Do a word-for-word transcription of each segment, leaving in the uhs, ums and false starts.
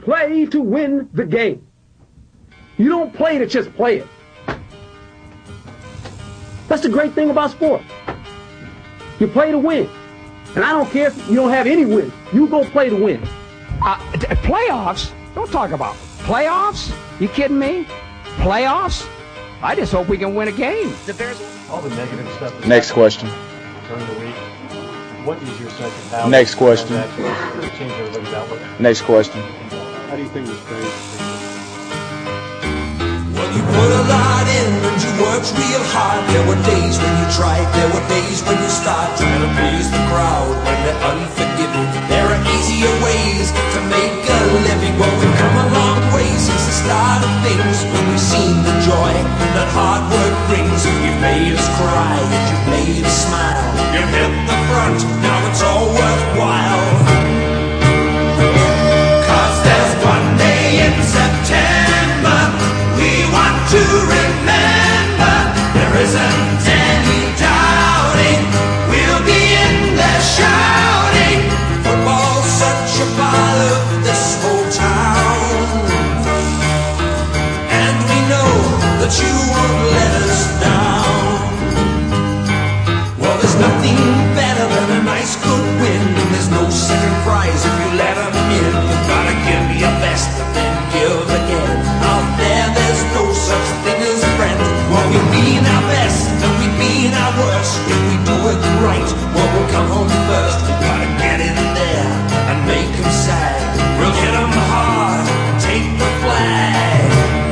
play to win the game. You don't play to just play it. That's the great thing about sport. You play to win. And I don't care if you don't have any wins. You go play to win. Uh, d- playoffs? Don't talk about playoffs. You kidding me? Playoffs? I just hope we can win a game. The Bears. All the negative stuff. Next question. During the week, what is your sense of how Next question. change everybody's outlook? Next question. How do you think this plays? Well, you put a lot in and you worked real hard. There were days when you tried, there were days when you start trying to please the crowd when they're unforgiving. There are easier ways to make a living. Well, we've come a long way since the start of things, when we've seen the joy that hard work brings. You've made us cry and you've made us smile. You've hit the front, now it's all worthwhile. Cause there's one day in September we want to remember. There isn't any doubting we'll be in there shouting. Football's such a part of this whole town, and we know that you won't let us down. Well, there's nothing better than a nice good win. There's no second prize if you let them in. You gotta give your best and then give again. Out there, there's no such thing as friends. Well, we mean our best and we mean our worst. If we do it right, well, we'll come home first. We gotta get in there and make them sad. We'll hit them hard, take the flag.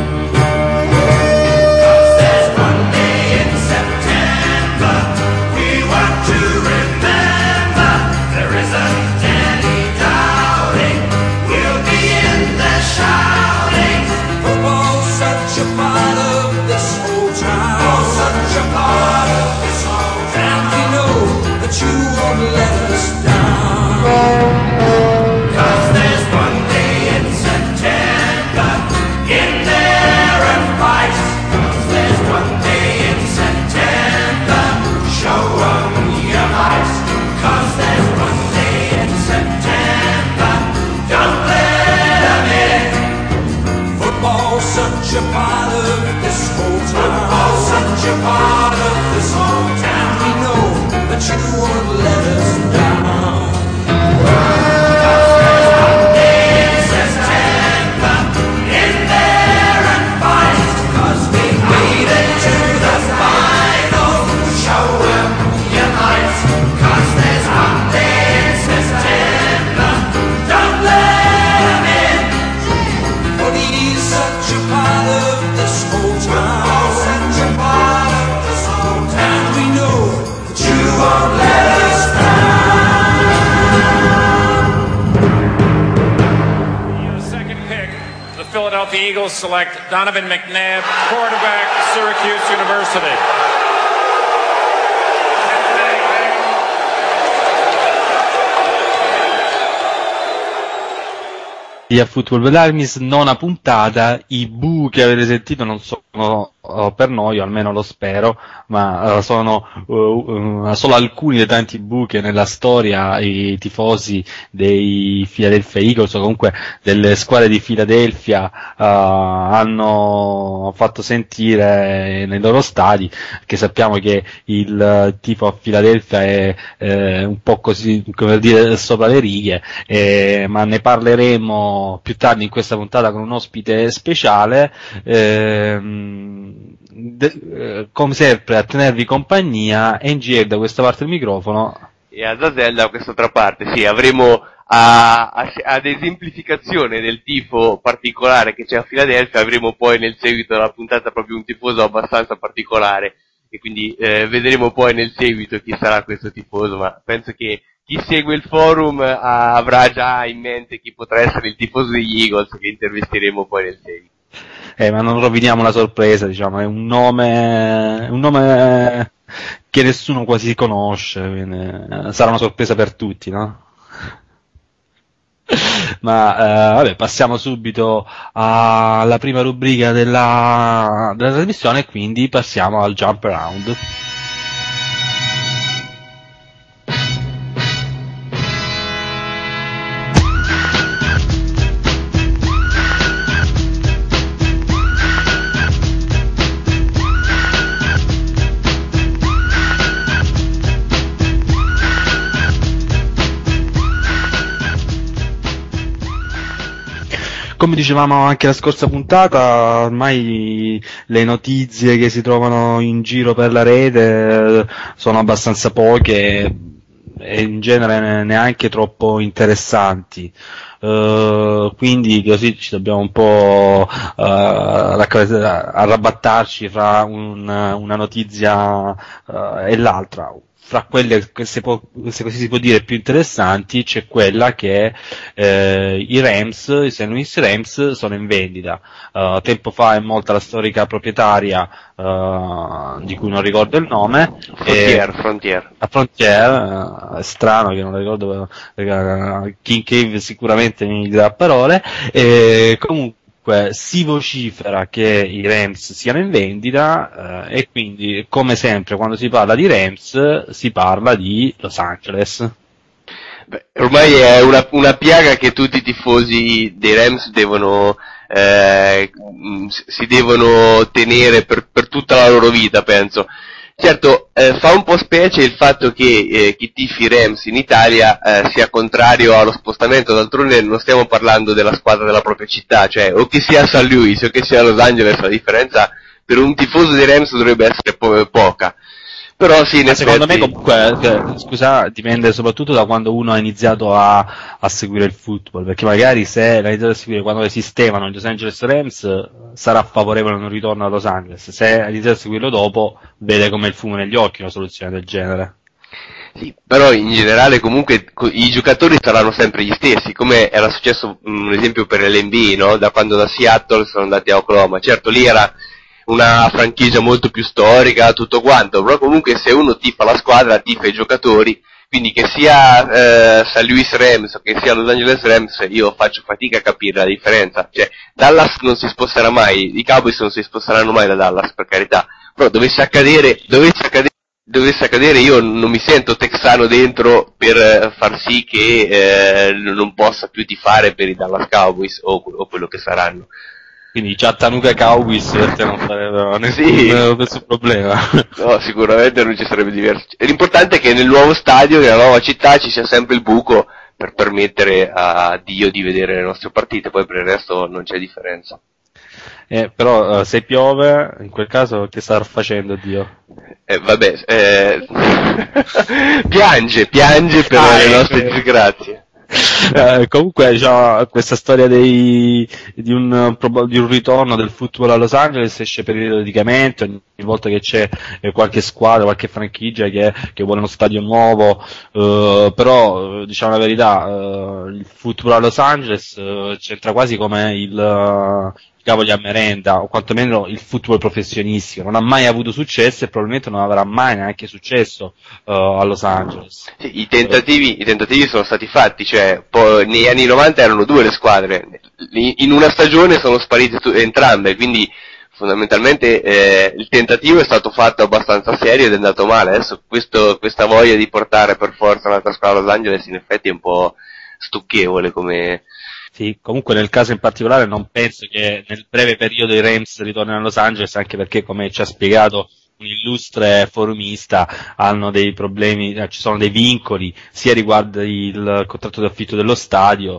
Cause there's one day in September we want to remember. There isn't any doubting we'll be in there shouting. Football's such a part of this whole town. Oh, such a part of this whole town. And we know that you won't let us down. Cause there's one day in September, get there and fight. Cause there's one day in September, show 'em your might. Cause there's one day in September, don't let 'em in. Football's such a part of this whole town. Football's such a part of this whole town. We know that you won't let us down. Cause there's one day in September, in there and fight. Cause we made it to the final, show 'em your might. Cause there's one day in September, don't let 'em in. But he's such a part of this whole town, such a part of this whole town. And we know that you won't let us The second pick, the Philadelphia Eagles select Donovan McNabb, quarterback, Syracuse University. A Football Armies, nona puntata. I bu che avete sentito non sono uh, per noi, o almeno lo spero, ma uh, sono uh, uh, solo alcuni dei tanti bu che nella storia i tifosi dei Philadelphia Eagles, o comunque delle squadre di Philadelphia, uh, hanno fatto sentire nei loro stadi, che sappiamo che il tifo a Philadelphia è eh, un po' così, come dire, sopra le righe, eh, ma ne parleremo più tardi in questa puntata con un ospite speciale. ehm, de, eh, come sempre a tenervi compagnia N G R da questa parte del microfono e Azazel da quest'altra parte. Sì, avremo a, a, ad esemplificazione del tifo particolare che c'è a Philadelphia, avremo poi nel seguito della puntata proprio un tifoso abbastanza particolare, e quindi eh, vedremo poi nel seguito chi sarà questo tifoso, ma penso che chi segue il forum ah, avrà già in mente chi potrà essere il tifoso degli Eagles, che intervisteremo poi nel seguito. Eh, ma non roviniamo la sorpresa, diciamo, è un nome, un nome che nessuno quasi conosce, quindi sarà una sorpresa per tutti, no? Ma eh, vabbè, passiamo subito alla prima rubrica della, della trasmissione, quindi passiamo al Jump Around. come dicevamo anche la scorsa puntata, ormai le notizie che si trovano in giro per la rete sono abbastanza poche e in genere neanche troppo interessanti. Uh, quindi così ci dobbiamo un po' uh, arrabattarci fra un, una notizia uh, e l'altra. Fra quelle che se, può, se così si può dire più interessanti c'è quella che eh, i Rams, i Saint Louis Rams sono in vendita. Uh, tempo fa è molta la storica proprietaria uh, di cui non ricordo il nome. Frontier, e, Frontier. A Frontier, uh, è strano che non la ricordo, uh, King Cave sicuramente mi dirà parole, e comunque si vocifera che i Rams siano in vendita eh, e quindi, come sempre, quando si parla di Rams si parla di Los Angeles. Beh, ormai è una, una piaga che tutti i tifosi dei Rams devono eh, si devono tenere per, per tutta la loro vita, penso. Certo, eh, fa un po' specie il fatto che eh, chi tifi Rams in Italia eh, sia contrario allo spostamento, d'altronde non stiamo parlando della squadra della propria città, cioè o che sia San Luis o che sia Los Angeles, la differenza per un tifoso dei Rams dovrebbe essere po- poca. Però sì, in effetti... Secondo me comunque, cioè, scusa, dipende soprattutto da quando uno ha iniziato a, a seguire il football, perché magari se l'ha iniziato a seguire quando esistevano i Los Angeles Rams sarà favorevole a un ritorno a Los Angeles, se ha iniziato a seguirlo dopo vede come il fumo negli occhi una soluzione del genere. Sì, però in generale comunque i giocatori saranno sempre gli stessi, come era successo un esempio per l'N B A, no? Da quando da Seattle sono andati a Oklahoma. Certo, lì era una franchigia molto più storica, tutto quanto, però comunque se uno tifa la squadra, tifa i giocatori, quindi che sia eh, Saint Louis Rams o che sia Los Angeles Rams, io faccio fatica a capire la differenza. Cioè, Dallas non si sposterà mai, i Cowboys non si sposteranno mai da Dallas, per carità, però dovesse accadere, dovesse accadere, dovesse accadere io non mi sento texano dentro per far sì che eh, non possa più tifare per i Dallas Cowboys o, o quello che saranno. Quindi Chattanooga Cowboys per te non sarebbe nessun, Sì. nessun problema. No, sicuramente non ci sarebbe diverso. L'importante è che nel nuovo stadio, nella nuova città, ci sia sempre il buco per permettere a Dio di vedere le nostre partite, poi per il resto non c'è differenza. Eh, però se piove, in quel caso che sta facendo Dio? Eh, vabbè, eh... piange, piange per ah, le eh, nostre eh. disgrazie. Eh, comunque diciamo, questa storia dei, di, un, di un ritorno del football a Los Angeles esce periodicamente, ogni volta che c'è eh, qualche squadra, qualche franchigia che, che vuole uno stadio nuovo, eh, però diciamo la verità, eh, il football a Los Angeles eh, c'entra quasi come il cavoli a merenda, o quantomeno il football professionistico, non ha mai avuto successo e probabilmente non avrà mai neanche successo uh, a Los Angeles. Sì, i tentativi, i tentativi sono stati fatti, cioè poi negli anni novanta erano due le squadre, in una stagione sono sparite tu- entrambe, quindi fondamentalmente eh, il tentativo è stato fatto abbastanza serio ed è andato male. Adesso questo, questa voglia di portare per forza un'altra squadra a Los Angeles in effetti è un po' stucchevole come... Sì, comunque nel caso in particolare non penso che nel breve periodo i Rams ritornino a Los Angeles, anche perché, come ci ha spiegato un illustre forumista, hanno dei problemi, eh, ci sono dei vincoli sia riguardo il contratto di affitto dello stadio,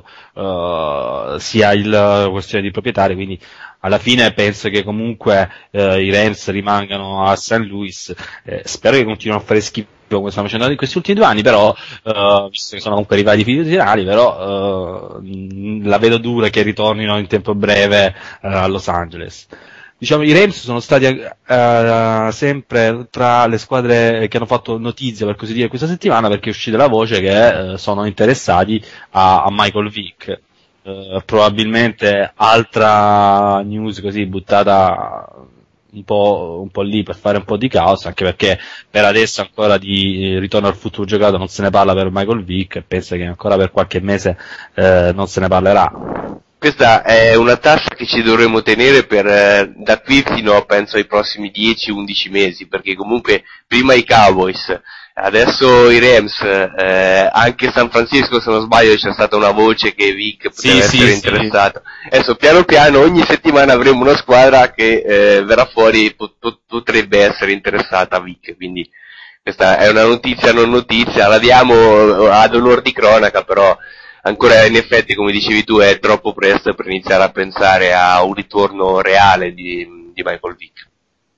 uh, sia il questione di proprietari, quindi alla fine penso che comunque eh, i Rams rimangano a Saint Louis, eh, spero che continuino a fare schifo come stanno facendo in questi ultimi due anni, però uh, visto che sono comunque rivali finali, però uh, la vedo dura che ritornino in tempo breve uh, a Los Angeles. Diciamo, i Rams sono stati uh, sempre tra le squadre che hanno fatto notizia, per così dire, questa settimana, perché è uscita la voce che uh, sono interessati a, a Michael Vick. Uh, probabilmente altra news così buttata un po', un po' lì per fare un po' di caos, anche perché per adesso ancora di ritorno al futuro giocato non se ne parla per Michael Vick e penso che ancora per qualche mese eh, non se ne parlerà. Questa è una tassa che ci dovremo tenere per eh, da qui fino penso ai prossimi dieci undici mesi, perché comunque prima i Cowboys, adesso i Rams, eh, anche San Francisco, se non sbaglio c'è stata una voce che Vick poteva sì, essere sì, interessato. Sì. Adesso piano piano ogni settimana avremo una squadra che eh, verrà fuori, pot- pot- potrebbe essere interessata a Vick, quindi questa è una notizia non notizia, la diamo ad onor di cronaca, però ancora in effetti, come dicevi tu, è troppo presto per iniziare a pensare a un ritorno reale di, di Michael Vick.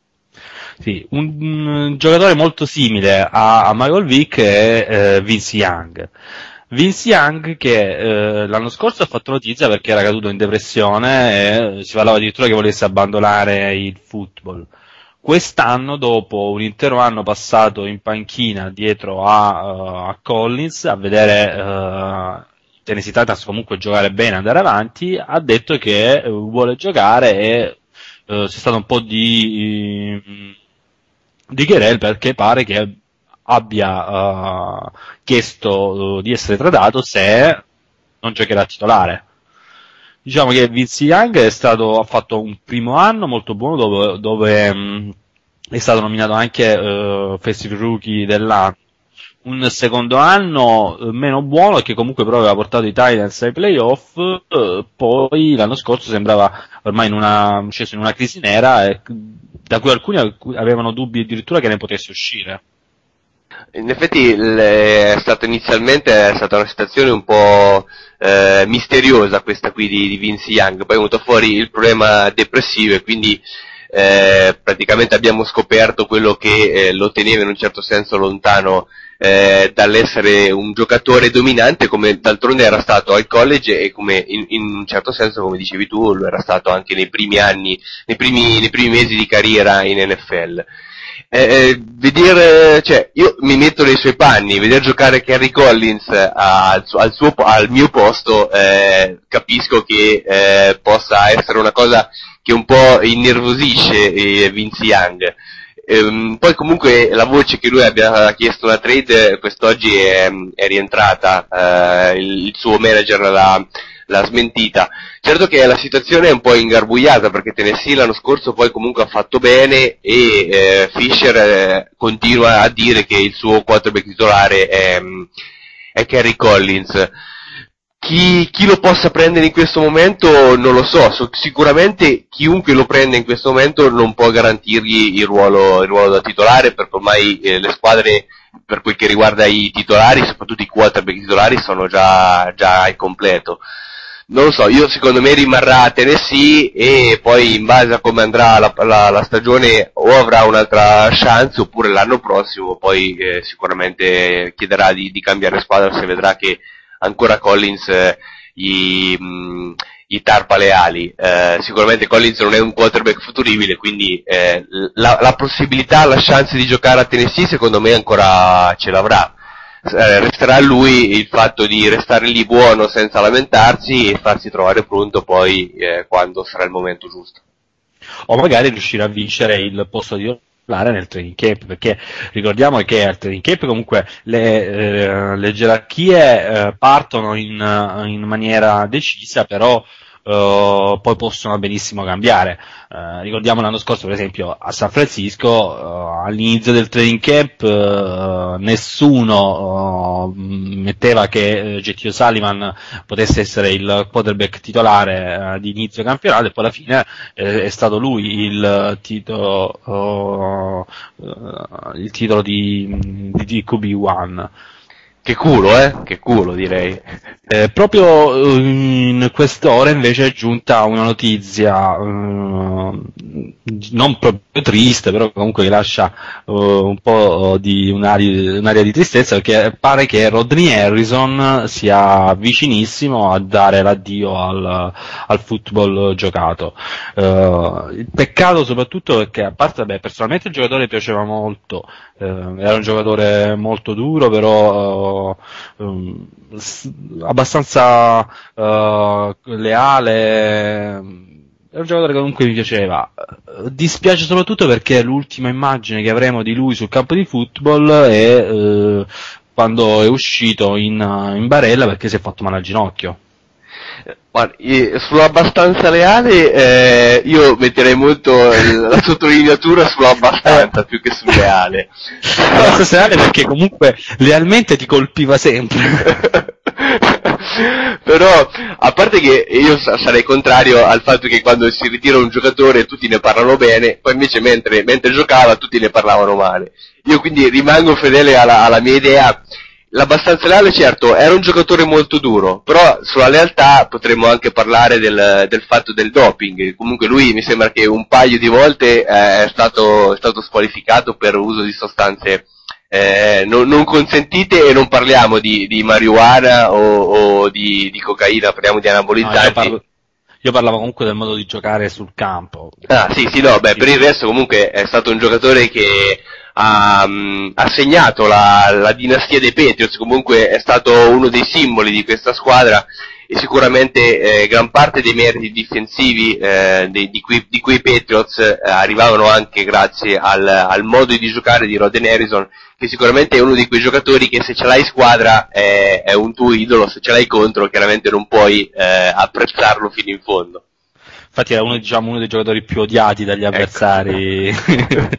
Sì, un, un giocatore molto simile a, a Michael Vick è eh, Vince Young. Vince Young che eh, l'anno scorso ha fatto notizia perché era caduto in depressione e si parlava addirittura che volesse abbandonare il football. Quest'anno, dopo un intero anno passato in panchina dietro a, uh, a Collins, a vedere uh, Tennessee Titans comunque giocare bene, andare avanti, ha detto che uh, vuole giocare e uh, c'è stato un po' di, uh, di querel perché pare che abbia uh, chiesto uh, di essere tradato se non giocherà titolare. Diciamo che Vince Young è stato, ha fatto un primo anno molto buono dove, dove um, è stato nominato anche uh, Offensive Rookie dell'anno. Un secondo anno uh, meno buono che comunque però aveva portato i Titans ai playoff, uh, poi l'anno scorso sembrava ormai in una, sceso in una crisi nera e, da cui alcuni avevano dubbi addirittura che ne potesse uscire. In effetti è stato inizialmente è stata una situazione un po' eh, misteriosa questa qui di, di Vince Young, poi è venuto fuori il problema depressivo e quindi eh, praticamente abbiamo scoperto quello che eh, lo teneva in un certo senso lontano eh, dall'essere un giocatore dominante, come d'altronde era stato al college e come in, in un certo senso, come dicevi tu, lo era stato anche nei primi anni, nei primi, nei primi mesi di carriera in N F L. Eh, vedere, cioè, io mi metto nei suoi panni, vedere giocare Kerry Collins al, al suo, al mio posto, eh, capisco che eh, possa essere una cosa che un po' innervosisce eh, Vince Young. Ehm, poi comunque la voce che lui abbia chiesto la trade quest'oggi è, è rientrata, eh, il, il suo manager l'ha, l'ha smentita. Certo che la situazione è un po' ingarbugliata perché Tennessee l'anno scorso poi comunque ha fatto bene e eh, Fisher eh, continua a dire che il suo quarterback titolare è, è Kerry Collins. Chi, chi lo possa prendere in questo momento non lo so, so, sicuramente chiunque lo prenda in questo momento non può garantirgli il ruolo, il ruolo da titolare perché ormai eh, le squadre per quel che riguarda i titolari, soprattutto i quarterback titolari, sono già, già al completo. Non lo so, io secondo me rimarrà a Tennessee e poi in base a come andrà la, la, la stagione o avrà un'altra chance oppure l'anno prossimo poi eh, sicuramente chiederà di, di cambiare squadra se vedrà che ancora Collins eh, gli, mh, gli tarpa le ali. Eh, sicuramente Collins non è un quarterback futuribile, quindi eh, la, la possibilità, la chance di giocare a Tennessee secondo me ancora ce l'avrà. Eh, resterà a lui il fatto di restare lì buono senza lamentarsi e farsi trovare pronto poi eh, quando sarà il momento giusto. O magari riuscire a vincere il posto di titolare nel training camp, perché ricordiamo che al training camp comunque le, eh, le gerarchie eh, partono in, in maniera decisa, però Uh, poi possono benissimo cambiare. Uh, ricordiamo l'anno scorso per esempio a San Francisco uh, all'inizio del training camp uh, nessuno uh, metteva che J T O'Sullivan potesse essere il quarterback titolare uh, di inizio campionato e poi alla fine eh, è stato lui il titolo uh, uh, il titolo di, di, di Q B uno. Che culo, eh? Che culo, direi. Eh, proprio in quest'ora invece è giunta una notizia eh, non proprio triste, però comunque che lascia eh, un po' di un'aria, un'aria di tristezza, perché pare che Rodney Harrison sia vicinissimo a dare l'addio al, al football giocato. Eh, il peccato soprattutto perché, a parte, beh, personalmente il giocatore piaceva molto, eh, era un giocatore molto duro, però Um, abbastanza uh, leale, è un giocatore che comunque mi piaceva. Dispiace soprattutto perché l'ultima immagine che avremo di lui sul campo di football è uh, quando è uscito in, in barella perché si è fatto male al ginocchio. Guarda, sull'abbastanza leale eh, io metterei molto la sottolineatura sull'abbastanza più che sul leale. Abbastanza leale perché comunque lealmente ti colpiva sempre. Però, a parte che io sarei contrario al fatto che quando si ritira un giocatore tutti ne parlano bene, poi invece mentre, mentre giocava tutti ne parlavano male. Io quindi rimango fedele alla, alla mia idea l'abbastanza leale, certo, era un giocatore molto duro, però sulla lealtà potremmo anche parlare del, del fatto del doping. Comunque lui mi sembra che un paio di volte eh, è stato, è stato squalificato per uso di sostanze eh, non, non consentite, e non parliamo di, di marijuana o, o di, di cocaina, parliamo di anabolizzanti. No, io, parlo, io parlavo comunque del modo di giocare sul campo. Ah sì, sì, no, beh, per il resto comunque è stato un giocatore che ha, um, ha segnato la, la dinastia dei Patriots, comunque è stato uno dei simboli di questa squadra, e sicuramente eh, gran parte dei meriti difensivi eh, di, di, quei, di quei Patriots eh, arrivavano anche grazie al, al modo di giocare di Roden Harrison, che sicuramente è uno di quei giocatori che se ce l'hai in squadra è, è un tuo idolo, se ce l'hai contro chiaramente non puoi eh, apprezzarlo fino in fondo. Infatti era uno, diciamo, uno dei giocatori più odiati dagli avversari ecco.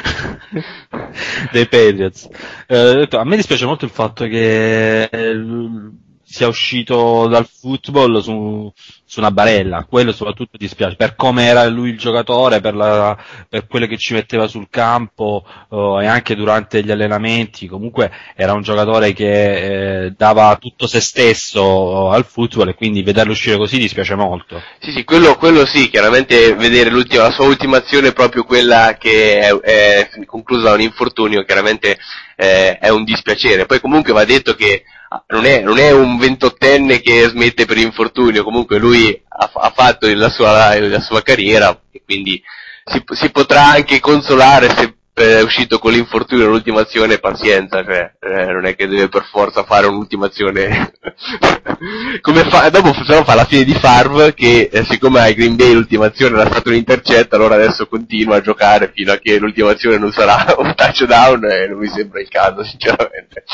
dei Patriots. Eh, a me dispiace molto il fatto che eh, sia uscito dal football su, su una barella, quello soprattutto dispiace, per come era lui il giocatore, per, la, per quello che ci metteva sul campo uh, e anche durante gli allenamenti. Comunque era un giocatore che eh, dava tutto se stesso al football, e quindi vederlo uscire così dispiace molto. Sì, sì, quello, quello sì, chiaramente vedere l'ultima, la sua ultima azione, proprio quella che è, è conclusa da un infortunio, chiaramente eh, è un dispiacere. Poi comunque va detto che non è, non è un ventottenne che smette per infortunio, comunque lui ha, ha fatto la sua, la sua carriera, e quindi si, si potrà anche consolare se è uscito con l'infortunio l'ultima azione, pazienza, cioè eh, non è che deve per forza fare un'ultima azione come fa, dopo se no fa la fine di Favre, che eh, siccome ai Green Bay l'ultima azione era stata un intercetto, allora adesso continua a giocare fino a che l'ultima azione non sarà un touchdown, e non mi sembra il caso sinceramente.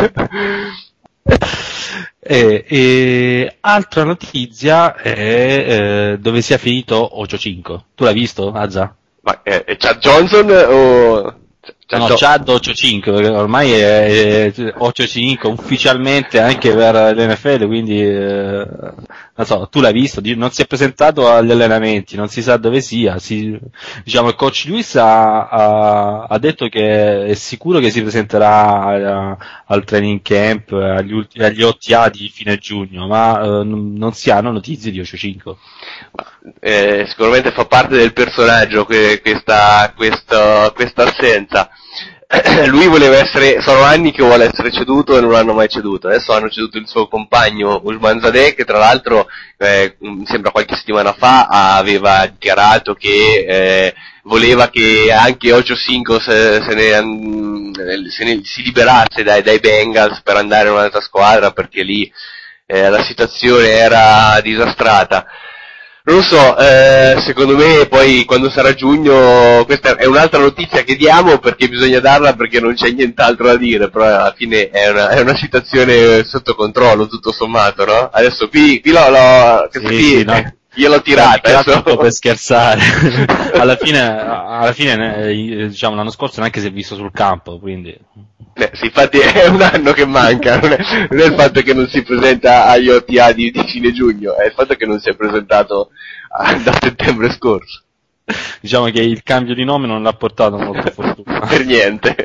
E, e altra notizia è eh, dove sia finito Ocho Cinco. Tu l'hai visto, Azza? Ma è, è Chad Johnson o... Chad no, Chad Ocho Cinco, perché ormai è, è Ocho Cinco ufficialmente anche per l'N F L, quindi eh, non so, tu l'hai visto, non si è presentato agli allenamenti, non si sa dove sia, si, diciamo il coach Lewis ha, ha, ha detto che è sicuro che si presenterà a, al training camp, agli, ultimi, agli O T A di fine giugno, ma eh, non, non si hanno notizie di Ocho Cinco. Eh, sicuramente fa parte del personaggio que, questa, questa, questa assenza. Lui voleva essere, sono anni che vuole essere ceduto e non l'hanno mai ceduto. Adesso hanno ceduto il suo compagno Usman Zadeh, che tra l'altro eh, mi sembra qualche settimana fa aveva dichiarato che eh, voleva che anche Ocho Cinco se, se, ne, se ne si liberasse dai, dai Bengals per andare in un'altra squadra, perché lì eh, la situazione era disastrata. Non lo so, eh, secondo me poi quando sarà giugno, questa è un'altra notizia che diamo perché bisogna darla, perché non c'è nient'altro da dire, però alla fine è una, è una situazione sotto controllo tutto sommato, no? Adesso qui, qui l'ho, l'ho sì, qui, sì, no. gliel'ho tirata, adesso. Per scherzare. alla fine, alla fine, diciamo, l'anno scorso neanche si è visto sul campo, quindi. Eh, sì, infatti è un anno che manca, non è, non è il fatto che non si presenta agli O T A di, di fine giugno, è il fatto che non si è presentato a, da settembre scorso. Diciamo che il cambio di nome non l'ha portato molto fortuna. Per niente.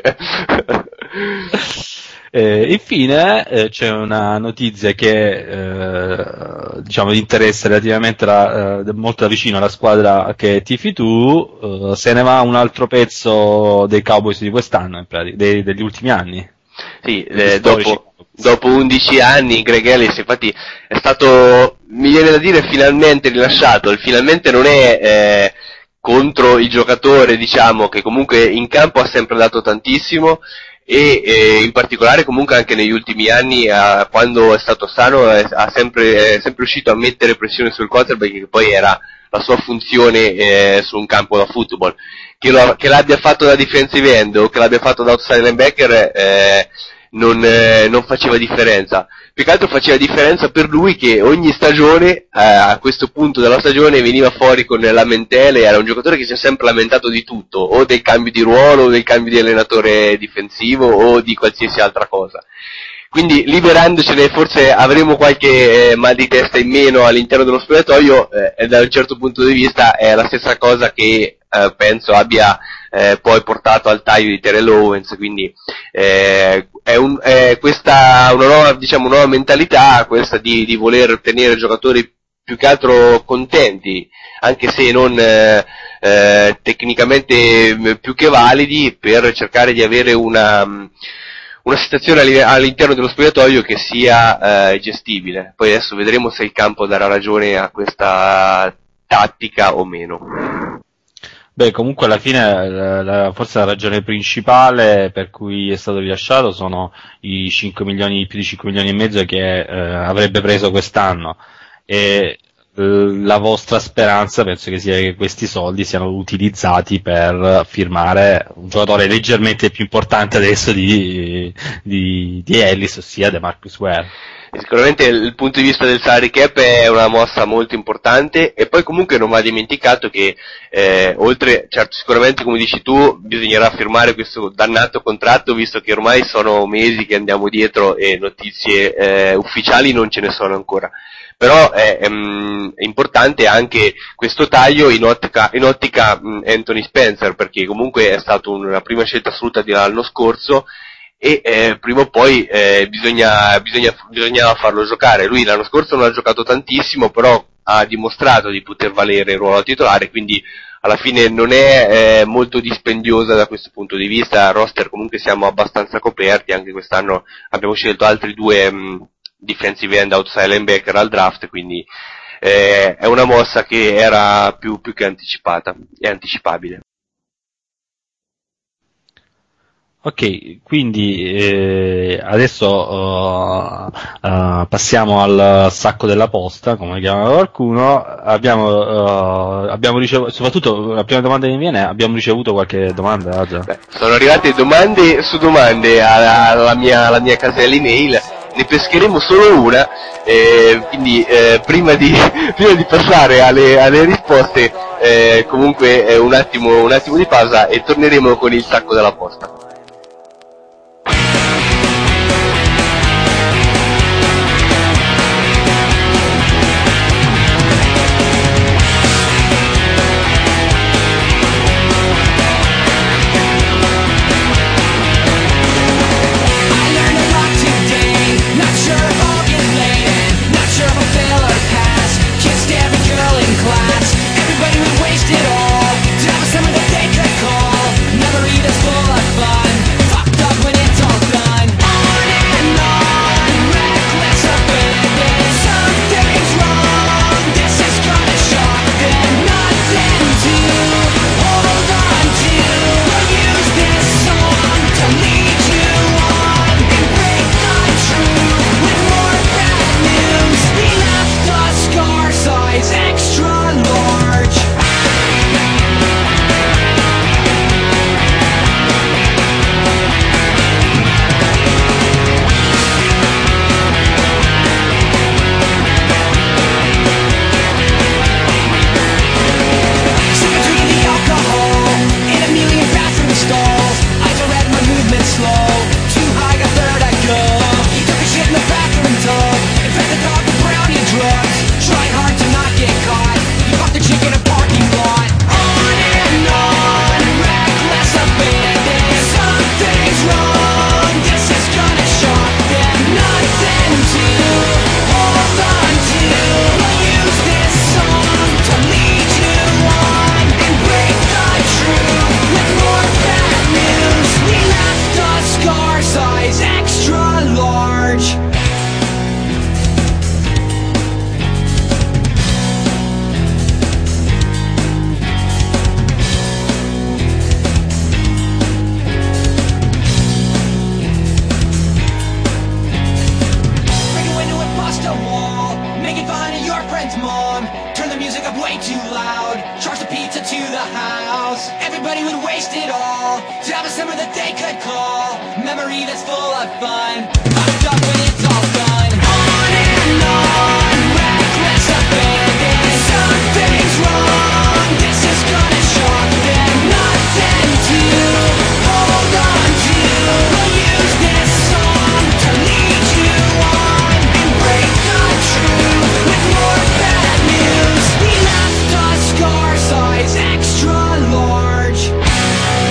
Eh, infine eh, c'è una notizia che eh, diciamo di interesse relativamente la, eh, molto da vicino alla squadra che tifi tu, eh, se ne va un altro pezzo dei Cowboys di quest'anno, in pratica, dei, degli ultimi anni. Sì, eh, dopo, dopo undici anni Greg Ellis infatti è stato, mi viene da dire, finalmente rilasciato. Il finalmente non è eh, contro il giocatore, diciamo, che comunque in campo ha sempre dato tantissimo, e eh, in particolare comunque anche negli ultimi anni, eh, quando è stato sano, eh, ha sempre, è sempre riuscito a mettere pressione sul quarterback, che poi era la sua funzione eh, su un campo da football. Che, lo, che l'abbia fatto da defensive end o che l'abbia fatto da outside linebacker eh, non, eh, non faceva differenza. Più che altro faceva differenza per lui che ogni stagione, eh, a questo punto della stagione, veniva fuori con lamentele. Era un giocatore che si è sempre lamentato di tutto, o del cambio di ruolo, o del cambio di allenatore difensivo, o di qualsiasi altra cosa. Quindi liberandocene forse avremo qualche eh, mal di testa in meno all'interno dello spogliatoio, eh, e da un certo punto di vista è la stessa cosa che eh, penso abbia eh, poi portato al taglio di Terrell Owens, quindi eh, è, un, è questa una nuova, diciamo, nuova mentalità, questa di, di voler tenere giocatori più che altro contenti, anche se non eh, eh, tecnicamente più che validi, per cercare di avere una, una situazione all'interno dello spogliatoio che sia eh, gestibile. Poi adesso vedremo se il campo darà ragione a questa tattica o meno. Beh, comunque alla fine la, la, forse la ragione principale per cui è stato rilasciato sono i cinque milioni, più di cinque milioni e mezzo che eh, avrebbe preso quest'anno. E la vostra speranza penso che sia che questi soldi siano utilizzati per firmare un giocatore leggermente più importante adesso di, di, di Ellis, ossia DeMarcus Ware. Sicuramente il punto di vista del salary cap è una mossa molto importante, e poi comunque non va dimenticato che eh, oltre, certo, sicuramente come dici tu bisognerà firmare questo dannato contratto, visto che ormai sono mesi che andiamo dietro e notizie eh, ufficiali non ce ne sono ancora. Però è, è, è importante anche questo taglio in ottica, in ottica mh, Anthony Spencer, perché comunque è stata una prima scelta assoluta dell'anno scorso, e eh, prima o poi eh, bisogna, bisogna, bisognava farlo giocare. Lui l'anno scorso non ha giocato tantissimo, però ha dimostrato di poter valere il ruolo titolare, quindi alla fine non è eh, molto dispendiosa da questo punto di vista. Roster comunque siamo abbastanza coperti, anche quest'anno abbiamo scelto altri due mh, defensive end outside linebacker al draft, quindi eh, è una mossa che era più, più che anticipata, è anticipabile. Ok, quindi eh, adesso uh, uh, passiamo al sacco della posta, come chiama qualcuno. Abbiamo, uh, abbiamo ricevuto, soprattutto la prima domanda che mi viene, abbiamo ricevuto qualche domanda? Beh, sono arrivate domande su domande alla, alla, mia, alla mia casella email, ne pescheremo solo una, eh, quindi eh, prima, di, prima di passare alle, alle risposte eh, comunque eh, un, attimo, un attimo di pausa e torneremo con il sacco della posta. Extra large.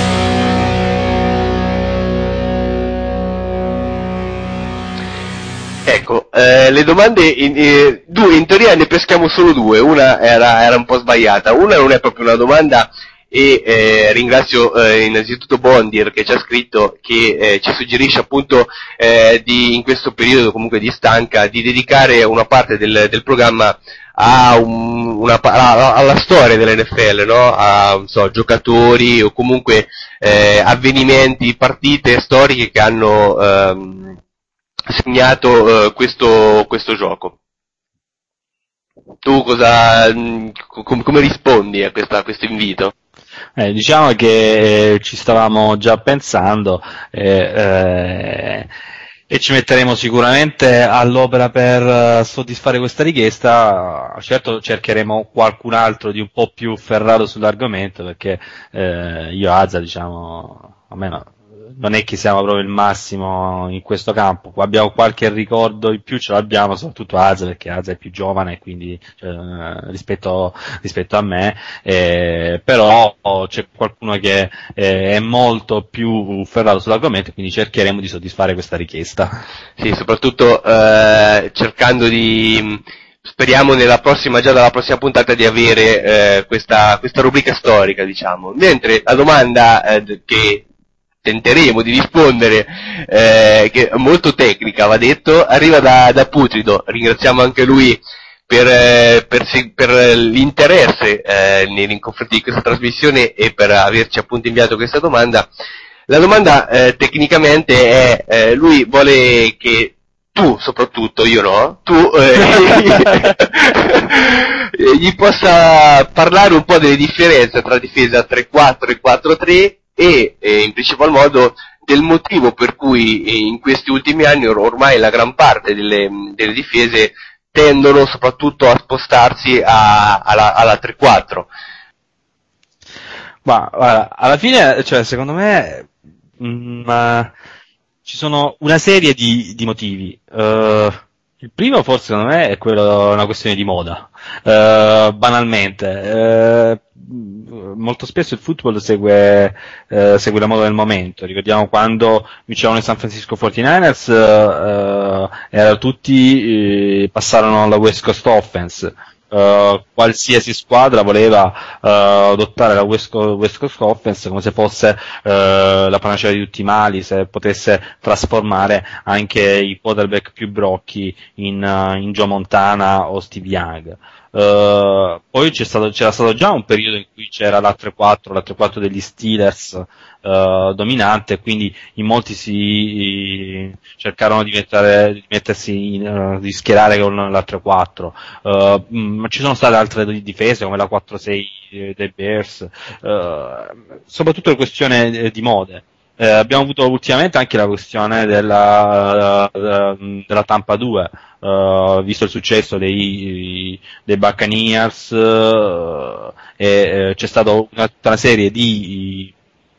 eh, le domande, in, eh, due, in teoria ne peschiamo solo due, una era, era un po' sbagliata, una non è proprio una domanda, e eh, ringrazio eh, innanzitutto Bondir che ci ha scritto, che eh, ci suggerisce appunto eh, di, in questo periodo comunque di stanca, di dedicare una parte del, del programma a un, una, a, alla storia dell'N F L, no? A, non so, giocatori o comunque eh, avvenimenti, partite storiche che hanno ehm, segnato eh, questo, questo gioco. Tu cosa, com, come rispondi a, questa, a questo invito? Eh, diciamo che eh, ci stavamo già pensando eh, eh, e ci metteremo sicuramente all'opera per uh, soddisfare questa richiesta. Certo cercheremo qualcun altro di un po' più ferrato sull'argomento, perché eh, io Azza, diciamo, a me no, non è che siamo proprio il massimo in questo campo. Abbiamo qualche ricordo in più, ce l'abbiamo, soprattutto Azza, perché Azza è più giovane e quindi cioè, rispetto, rispetto a me, eh, però c'è qualcuno che eh, è molto più ferrato sull'argomento, quindi cercheremo di soddisfare questa richiesta. Sì, soprattutto eh, cercando di, speriamo nella prossima, già dalla prossima puntata, di avere eh, questa, questa rubrica storica, diciamo. Mentre la domanda eh, che tenteremo di rispondere, eh, che è molto tecnica, va detto, arriva da, da Putrido. Ringraziamo anche lui per, eh, per, per l'interesse eh, nei confronti di questa trasmissione e per averci appunto inviato questa domanda. La domanda eh, tecnicamente è, eh, lui vuole che tu, soprattutto, io no, tu eh, gli possa parlare un po' delle differenze tra difesa tre quattro e quattro tre e eh, in principal modo del motivo per cui eh, in questi ultimi anni or- ormai la gran parte delle, delle difese tendono soprattutto a spostarsi a, alla, alla tre quattro. Ma guarda, alla fine, cioè, secondo me mh, ci sono una serie di, di motivi. Uh, il primo, forse, secondo me, è quello, una questione di moda. Uh, banalmente, uh, molto spesso il football segue, uh, segue la moda del momento. Ricordiamo quando vincevano i San Francisco quarantanovers, uh, era tutti uh, passarono alla West Coast Offense. Uh, qualsiasi squadra voleva uh, adottare la West Coast, West Coast Offense come se fosse uh, la panacea di tutti i mali, se potesse trasformare anche i quarterback più brocchi in, uh, in Joe Montana o Steve Young. Uh, poi c'è stato, c'era stato già un periodo in cui c'era la tre quattro, la tre quattro degli Steelers uh, dominante, quindi in molti si cercarono di, mettere, di mettersi in, uh, di schierare con la tre quattro, uh, ma ci sono state altre difese come la quattro sei dei Bears, uh, soprattutto la questione di mode. Eh, abbiamo avuto ultimamente anche la questione della, della, della Tampa due, uh, visto il successo dei, dei Buccaneers, uh, e eh, c'è stata una, una serie di,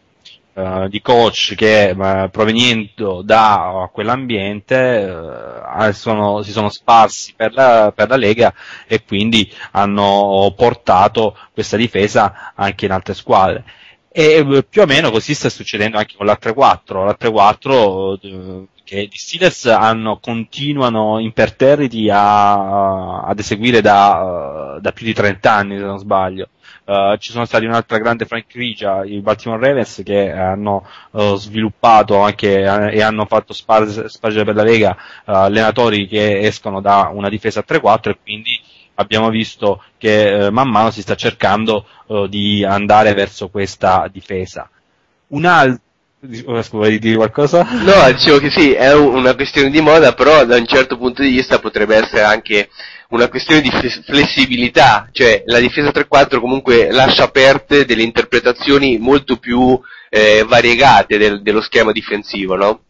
uh, di coach che uh, proveniendo da quell'ambiente uh, sono, si sono sparsi per la, per la Lega e quindi hanno portato questa difesa anche in altre squadre. E più o meno così sta succedendo anche con la tre quattro, la tre quattro eh, che gli Steelers hanno, continuano imperterriti a, ad eseguire da, da più di trenta anni, se non sbaglio. Uh, ci sono stati un'altra grande franchigia, i Baltimore Ravens, che hanno uh, sviluppato anche uh, e hanno fatto spargere, spargere per la Lega uh, allenatori che escono da una difesa a tre quattro, e quindi abbiamo visto che eh, man mano si sta cercando eh, di andare verso questa difesa. Un altro, vuoi dire qualcosa? No, dicevo che sì, è una questione di moda, però da un certo punto di vista potrebbe essere anche una questione di flessibilità, cioè la difesa tre quattro comunque lascia aperte delle interpretazioni molto più eh, variegate del, dello schema difensivo, no?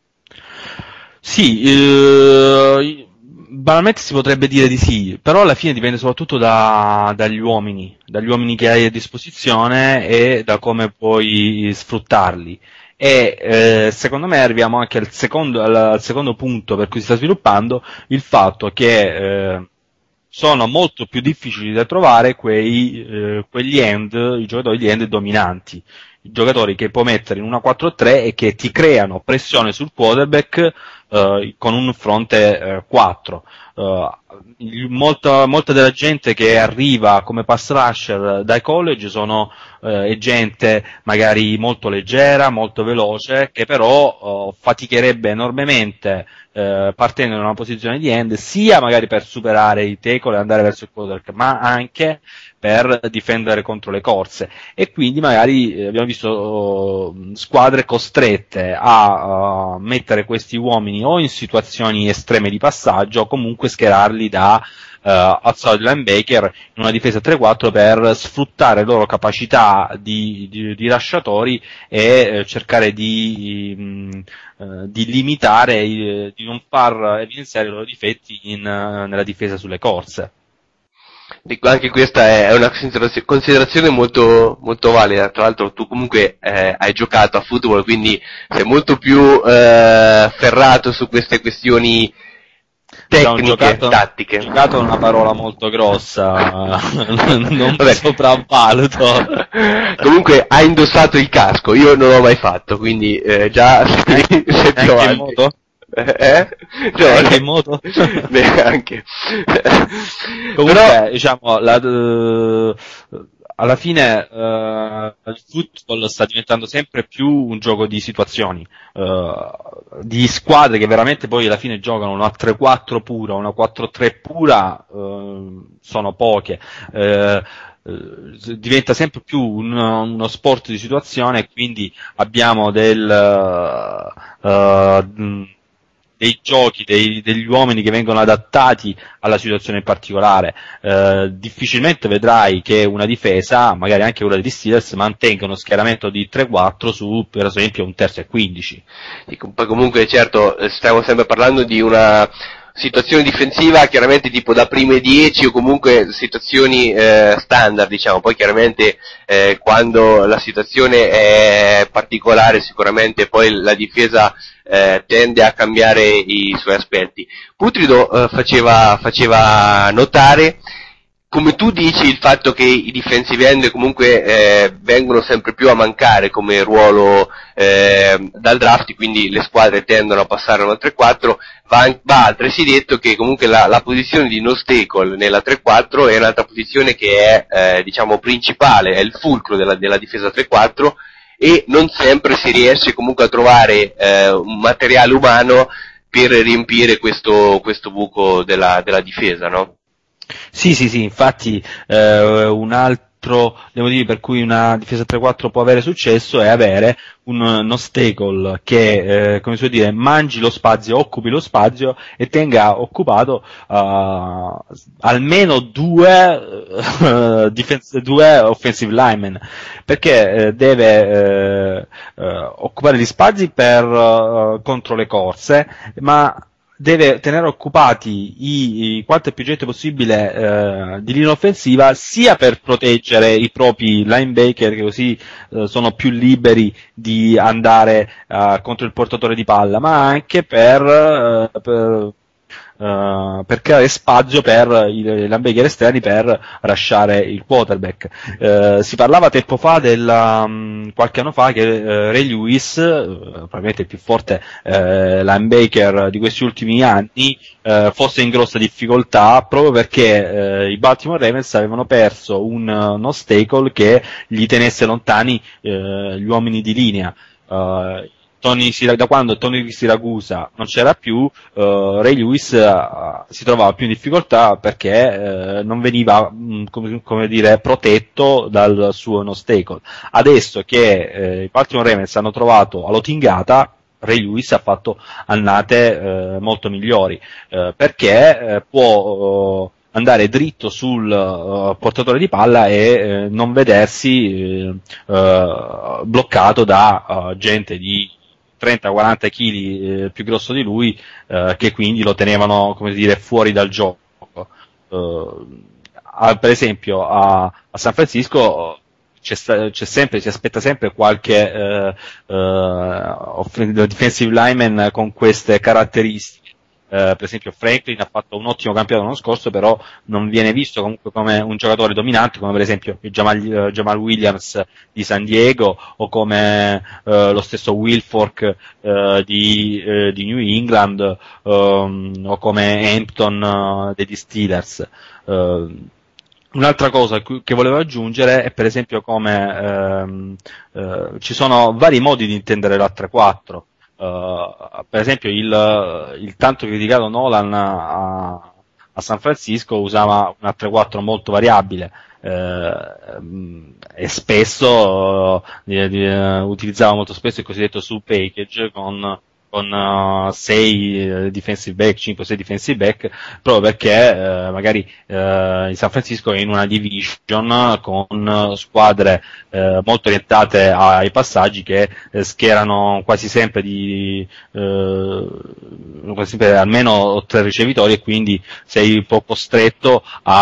Sì, eh, banalmente si potrebbe dire di sì, però alla fine dipende soprattutto da, dagli uomini, dagli uomini che hai a disposizione e da come puoi sfruttarli. E eh, secondo me arriviamo anche al secondo, al, al secondo punto per cui si sta sviluppando, il fatto che eh, sono molto più difficili da trovare quei, eh, quegli end, i giocatori di end dominanti, i giocatori che puoi mettere in una quattro tre e che ti creano pressione sul quarterback uh, con un fronte uh, quattro. Uh, molta, molta della gente che arriva come pass rusher dai college sono uh, è gente magari molto leggera, molto veloce, che però uh, faticherebbe enormemente uh, partendo in una posizione di end, sia magari per superare i tackle e andare verso il quarterback, ma anche per difendere contro le corse, e quindi magari eh, abbiamo visto uh, squadre costrette a uh, mettere questi uomini o in situazioni estreme di passaggio o comunque schierarli da uh, outside linebacker in una difesa tre quattro per sfruttare le loro capacità di, di, di lasciatori e eh, cercare di, mh, uh, di limitare, eh, di non far evidenziare i loro difetti in, uh, nella difesa sulle corse. Dico, anche questa è una considerazione molto, molto valida. Tra l'altro tu comunque eh, hai giocato a football, quindi sei molto più eh, ferrato su queste questioni tecniche, giocato, tattiche. Ho giocato una parola molto grossa, non mi sopravvaluto. Comunque hai indossato il casco, io non l'ho mai fatto, quindi eh, già sei, sei più avanti. In moto? Eh? No, anche in moto? Neanche. Comunque, però, diciamo, la, uh, alla fine uh, il football sta diventando sempre più un gioco di situazioni, uh, di squadre che veramente poi alla fine giocano una tre quattro pura, una quattro tre pura, uh, sono poche. Uh, diventa sempre più un, uno sport di situazione, quindi abbiamo del uh, uh, dei giochi, dei, degli uomini che vengono adattati alla situazione in particolare. Eh, difficilmente vedrai che una difesa, magari anche quella degli Steelers, mantenga uno schieramento di tre quattro su, per esempio, un terzo e quindici. Poi comunque, certo, stiamo sempre parlando di una situazione difensiva chiaramente tipo da prime dieci o comunque situazioni eh, standard, diciamo. Poi chiaramente eh, quando la situazione è particolare sicuramente poi la difesa eh, tende a cambiare i suoi aspetti. Putrido eh, faceva, faceva notare, come tu dici, il fatto che i defensive end comunque eh, vengono sempre più a mancare come ruolo eh, dal draft, quindi le squadre tendono a passare a una tre quattro, va, va altresì detto che comunque la, la posizione di nose tackle nella tre quattro è un'altra posizione che è eh, diciamo principale, è il fulcro della, della difesa tre quattro, e non sempre si riesce comunque a trovare eh, un materiale umano per riempire questo, questo buco della, della difesa, no? Sì, sì, sì, infatti eh, un altro, devo dire, per cui una difesa tre quattro può avere successo è avere un nose tackle che, eh, come si può dire, mangi lo spazio, occupi lo spazio e tenga occupato uh, almeno due, uh, difense, due offensive linemen, perché eh, deve eh, eh, occupare gli spazi per uh, contro le corse, ma deve tenere occupati i, i quanto è più gente possibile eh, di linea offensiva, sia per proteggere i propri linebacker, che così eh, sono più liberi di andare eh, contro il portatore di palla, ma anche per, eh, per Uh, per creare spazio per i linebacker esterni per lasciare il quarterback. Uh, si parlava tempo fa del, um, qualche anno fa, che uh, Ray Lewis, uh, probabilmente il più forte uh, linebacker di questi ultimi anni, uh, fosse in grossa difficoltà proprio perché uh, i Baltimore Ravens avevano perso un uh, nose tackle che gli tenesse lontani uh, gli uomini di linea. Uh, Tony, da quando Tony Siragusa non c'era più, uh, Ray Lewis uh, si trovava più in difficoltà perché uh, non veniva, mh, come, come dire, protetto dal suo nose tackle. Adesso che uh, i Baltimore Ravens hanno trovato all'Otingata, Ray Lewis ha fatto annate uh, molto migliori, uh, perché uh, può uh, andare dritto sul uh, portatore di palla e uh, non vedersi uh, uh, bloccato da uh, gente di trenta quaranta chili eh, più grosso di lui, eh, che quindi lo tenevano, come dire, fuori dal gioco. Uh, a, per esempio a, a San Francisco c'è, c'è sempre, si aspetta sempre qualche eh, eh, defensive lineman con queste caratteristiche. per esempio Franklin ha fatto un ottimo campionato l'anno scorso, però non viene visto comunque come un giocatore dominante, come per esempio il Jamal, uh, Jamal Williams di San Diego, o come uh, lo stesso Wilfork uh, di, uh, di New England, um, o come Hampton uh, degli Steelers. Uh, Un'altra cosa che volevo aggiungere è per esempio come ehm, eh, ci sono vari modi di intendere l'A tre quattro. Uh, per esempio il, il tanto criticato Nolan a, a San Francisco usava un A tre quattro molto variabile eh, e spesso uh, di, uh, utilizzava molto spesso il cosiddetto sub package con con uh, sei uh, defensive back, cinque sei defensive back, proprio perché uh, magari uh, il San Francisco è in una division con uh, squadre uh, molto orientate ai passaggi che uh, schierano quasi sempre di uh, quasi sempre almeno tre ricevitori, e quindi sei un po' costretto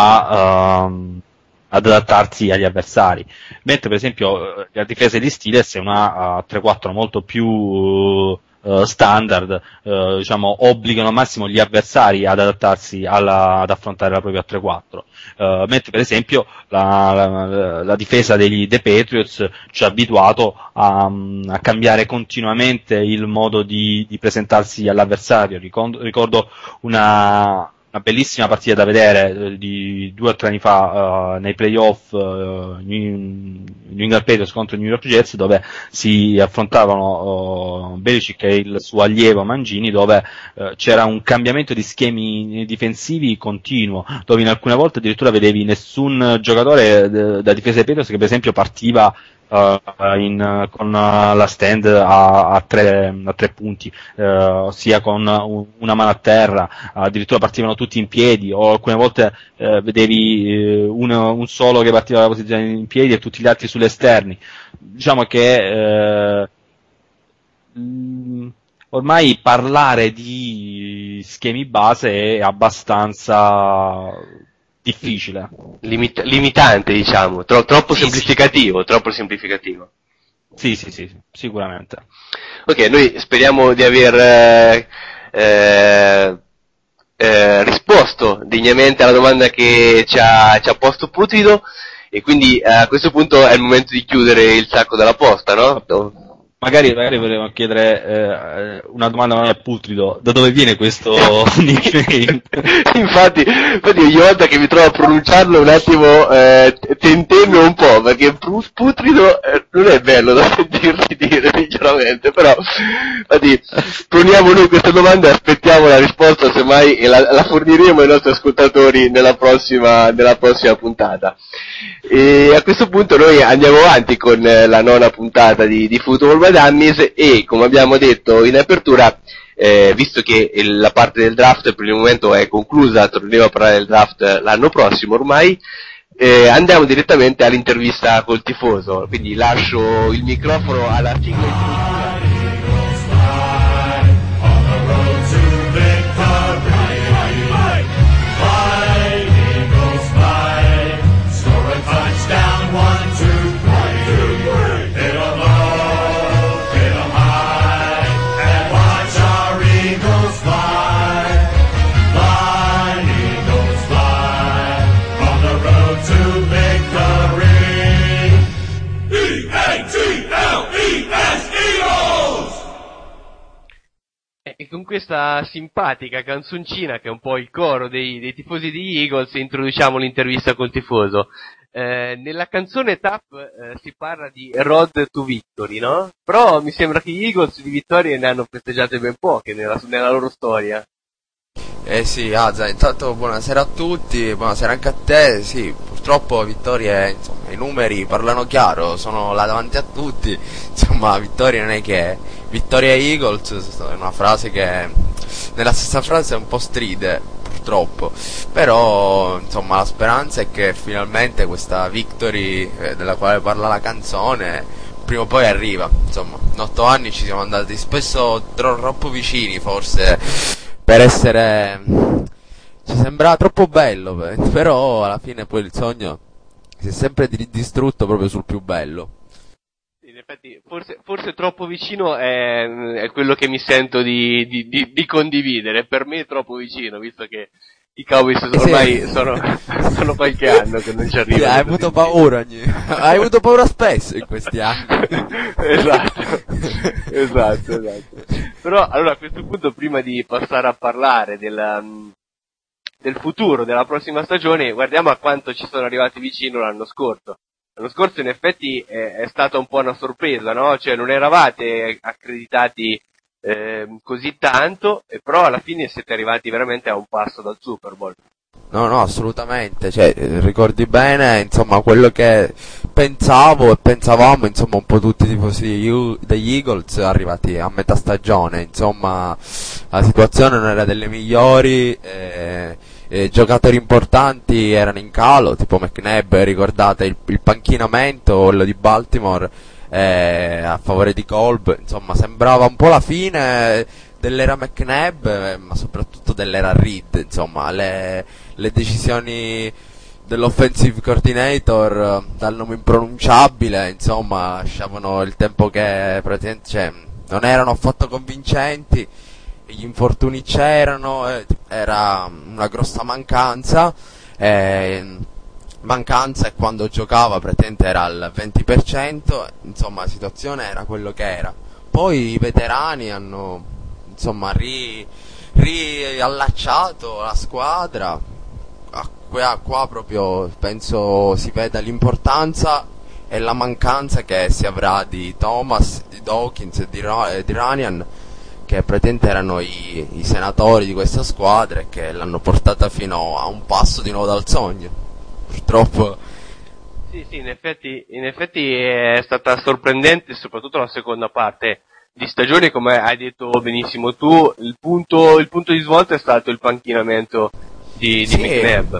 a uh, ad adattarsi agli avversari, mentre per esempio la difesa degli Steelers è una uh, tre quattro molto più uh, Uh, standard, uh, diciamo, obbligano al massimo gli avversari ad adattarsi alla, ad affrontare la propria tre quattro, uh, mentre per esempio la, la, la difesa degli The Patriots ci ha abituato a, a cambiare continuamente il modo di, di presentarsi all'avversario. Ricordo, ricordo una una bellissima partita da vedere eh, di due o tre anni fa uh, nei playoff uh, New, New England Patriots contro i New York Jets, dove si affrontavano uh, Belichick e il suo allievo Mangini, dove uh, c'era un cambiamento di schemi difensivi continuo, dove in alcune volte addirittura vedevi nessun giocatore d- da difesa dei Patriots che per esempio partiva Uh, in, con uh, la stand a, a, tre, a tre punti, uh, sia con uh, una mano a terra, addirittura partivano tutti in piedi, o alcune volte uh, vedevi uh, un, un solo che partiva dalla posizione in piedi e tutti gli altri sulle esterni. Diciamo che uh, mh, ormai parlare di schemi base è abbastanza difficile, Limit- limitante, diciamo, Tro- troppo sì, semplificativo, sì. troppo semplificativo. Sì, sì, sì, sicuramente. Ok, noi speriamo di aver eh, eh, eh, risposto degnamente alla domanda che ci ha, ci ha posto Putrido, e quindi eh, a questo punto è il momento di chiudere il sacco della posta, no? Magari, magari volevo chiedere eh, una domanda a Putrido: da dove viene questo nickname? infatti, infatti ogni volta che mi trovo a pronunciarlo un attimo eh, tentennio un po', perché Putrido eh, non è bello da sentirsi dire sinceramente, però infatti poniamo noi questa domanda e aspettiamo la risposta semmai, e la, la forniremo ai nostri ascoltatori nella prossima, nella prossima puntata. E a questo punto noi andiamo avanti con eh, la nona puntata di, di Football by Dummies, e come abbiamo detto in apertura, eh, visto che il, la parte del draft per il momento è conclusa, torneremo a parlare del draft l'anno prossimo ormai, eh, andiamo direttamente all'intervista col tifoso, quindi lascio il microfono alla sigla introduttiva. E con questa simpatica canzoncina, che è un po' il coro dei, dei tifosi di Eagles, introduciamo l'intervista col tifoso. Eh, nella canzone Tap eh, si parla di Road to Victory, no? Però mi sembra che gli Eagles di vittorie ne hanno festeggiate ben poche nella, nella loro storia. Eh sì, Azza, intanto buonasera a tutti, buonasera anche a te. Sì, purtroppo vittorie, insomma, i numeri parlano chiaro, sono là davanti a tutti. Insomma, vittorie non è che vittoria Eagles è una frase che nella stessa frase un po' stride, purtroppo. Però, insomma, la speranza è che finalmente questa victory eh, della quale parla la canzone prima o poi arriva. Insomma, in otto anni ci siamo andati spesso tro- troppo vicini, forse, per essere, ci sembra troppo bello, però alla fine poi il sogno si è sempre distrutto proprio sul più bello. In effetti, forse, forse troppo vicino è, è quello che mi sento di, di, di, di condividere. Per me è troppo vicino, visto che i Cowboys ormai sì. sono, sono qualche anno che non ci arrivano. Sì, hai avuto paura ogni... hai avuto paura spesso in questi anni. esatto, esatto, esatto. Però allora a questo punto, prima di passare a parlare della, del futuro della prossima stagione, guardiamo a quanto ci sono arrivati vicino l'anno scorso. L'anno scorso in effetti è, è stata un po' una sorpresa, no? Cioè non eravate accreditati eh, così tanto, e però alla fine siete arrivati veramente a un passo dal Super Bowl. No, no, assolutamente, cioè, ricordi bene, insomma, quello che pensavo e pensavamo, insomma, un po' tutti i tifosi degli Eagles arrivati a metà stagione, insomma, la situazione non era delle migliori, eh, eh, giocatori importanti erano in calo, tipo McNabb, ricordate il, il panchinamento, quello di Baltimore, eh, a favore di Kolb, insomma, sembrava un po' la fine dell'era McNabb, eh, ma soprattutto dell'era Reed, insomma, le, le decisioni dell'offensive coordinator eh, dal nome impronunciabile, insomma, lasciavano il tempo che praticamente, cioè, non erano affatto convincenti, gli infortuni c'erano, eh, era una grossa mancanza, eh, mancanza e quando giocava praticamente era al venti per cento, insomma la situazione era quello che era. Poi i veterani hanno, insomma, ri, riallacciato la squadra, a qua, qua proprio penso si veda l'importanza e la mancanza che si avrà di Thomas, di Dawkins e di, Ra- di Ranian, che praticamente erano i, i senatori di questa squadra e che l'hanno portata fino a un passo di nuovo dal sogno. Purtroppo. Sì, sì, in effetti, in effetti è stata sorprendente, soprattutto la seconda parte di stagione, come hai detto benissimo tu. Il punto, il punto di svolta è stato il panchinamento di, sì. di McNabb.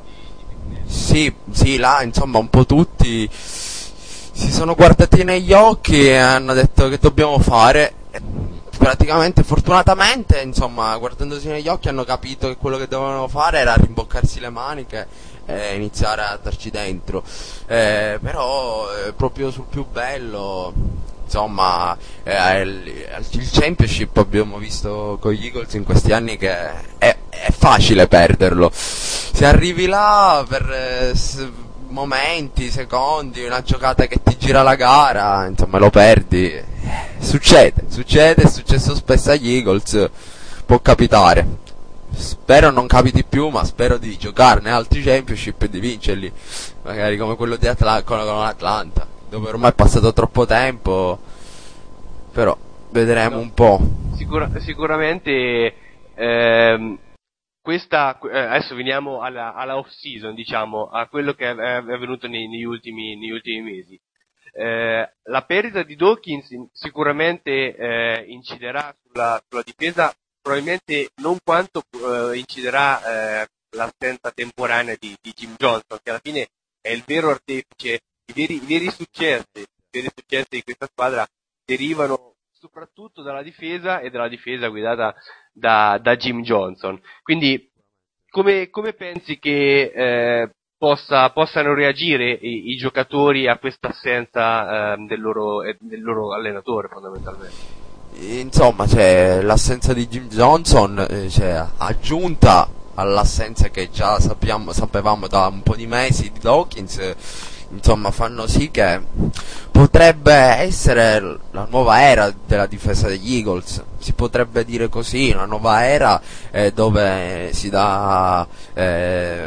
Sì, sì, là insomma un po' tutti si sono guardati negli occhi e hanno detto che dobbiamo fare. Praticamente, fortunatamente, insomma, guardandosi negli occhi hanno capito che quello che dovevano fare era rimboccarsi le maniche e iniziare a darci dentro. Eh, però eh, proprio sul più bello, insomma, eh, il, il championship abbiamo visto con gli Eagles in questi anni che è, è facile perderlo. Se arrivi là per eh, s- momenti, secondi, una giocata che ti gira la gara, insomma lo perdi. Succede, succede, è successo spesso agli Eagles, può capitare. Spero non capiti più, ma spero di giocarne altri championship e di vincerli, magari come quello di Atla- con Atlanta, dove ormai è passato troppo tempo, però vedremo un po'. Sicura, sicuramente ehm, questa, eh, adesso veniamo alla, alla off season, diciamo, a quello che è, è avvenuto nei, negli, ultimi, negli ultimi mesi. Eh, la perdita di Dawkins sicuramente eh, inciderà sulla, sulla difesa, probabilmente non quanto eh, inciderà eh, l'assenza temporanea di, di Jim Johnson, che alla fine è il vero artefice. I veri, i veri successi, i veri successi di questa squadra derivano soprattutto dalla difesa e dalla difesa guidata da, da Jim Johnson. Quindi come, come pensi che eh, possa, possano reagire i, i giocatori a questa assenza eh, del, loro, eh, del loro allenatore fondamentalmente? Insomma, c'è l'assenza di Jim Johnson, eh, cioè, aggiunta all'assenza che già sappiamo, sapevamo da un po' di mesi di Dawkins, eh, insomma fanno sì che potrebbe essere la nuova era della difesa degli Eagles, si potrebbe dire così, una nuova era eh, dove si dà eh,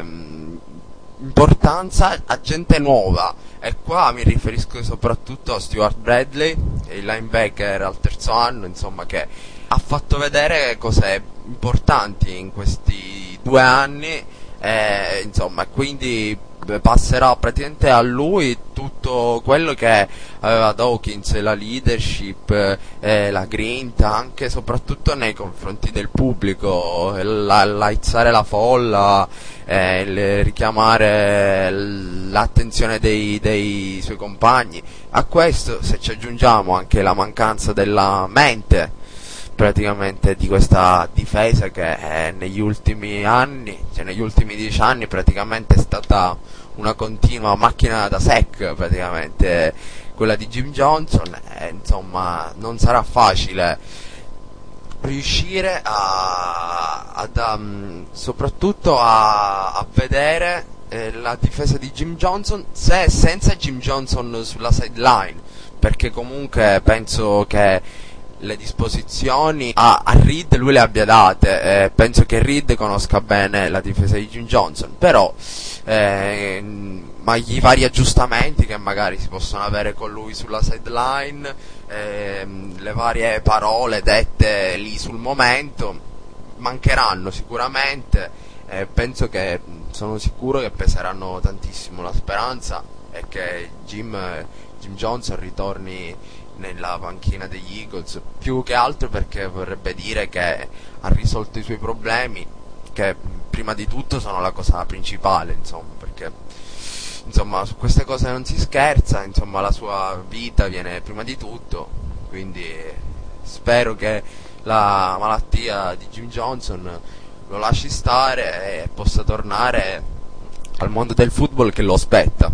importanza a gente nuova, e qua mi riferisco soprattutto a Stuart Bradley, il linebacker al terzo anno, insomma, che ha fatto vedere cose importanti in questi due anni, eh, insomma, quindi passerà praticamente a lui tutto quello che aveva Dawkins, la leadership, eh, la grinta, anche e soprattutto nei confronti del pubblico, la, l'aizzare la folla, eh, il richiamare l'attenzione dei, dei suoi compagni. A questo, se ci aggiungiamo anche la mancanza della mente praticamente di questa difesa che eh, negli ultimi anni, cioè negli ultimi dieci anni praticamente è stata una continua macchina da sack praticamente quella di Jim Johnson, e insomma non sarà facile riuscire a, ad, um, soprattutto a, a vedere eh, la difesa di Jim Johnson se senza Jim Johnson sulla sideline, perché comunque penso che le disposizioni a, a Reed lui le abbia date, eh, penso che Reed conosca bene la difesa di Jim Johnson, però eh, ma i vari aggiustamenti che magari si possono avere con lui sulla sideline, eh, le varie parole dette lì sul momento mancheranno sicuramente, eh, penso che sono sicuro che peseranno tantissimo. La speranza è che Jim, Jim Johnson ritorni nella panchina degli Eagles, più che altro perché vorrebbe dire che ha risolto i suoi problemi, che prima di tutto sono la cosa principale, insomma, perché insomma su queste cose non si scherza, insomma la sua vita viene prima di tutto, quindi spero che la malattia di Jim Johnson lo lasci stare e possa tornare al mondo del football che lo aspetta.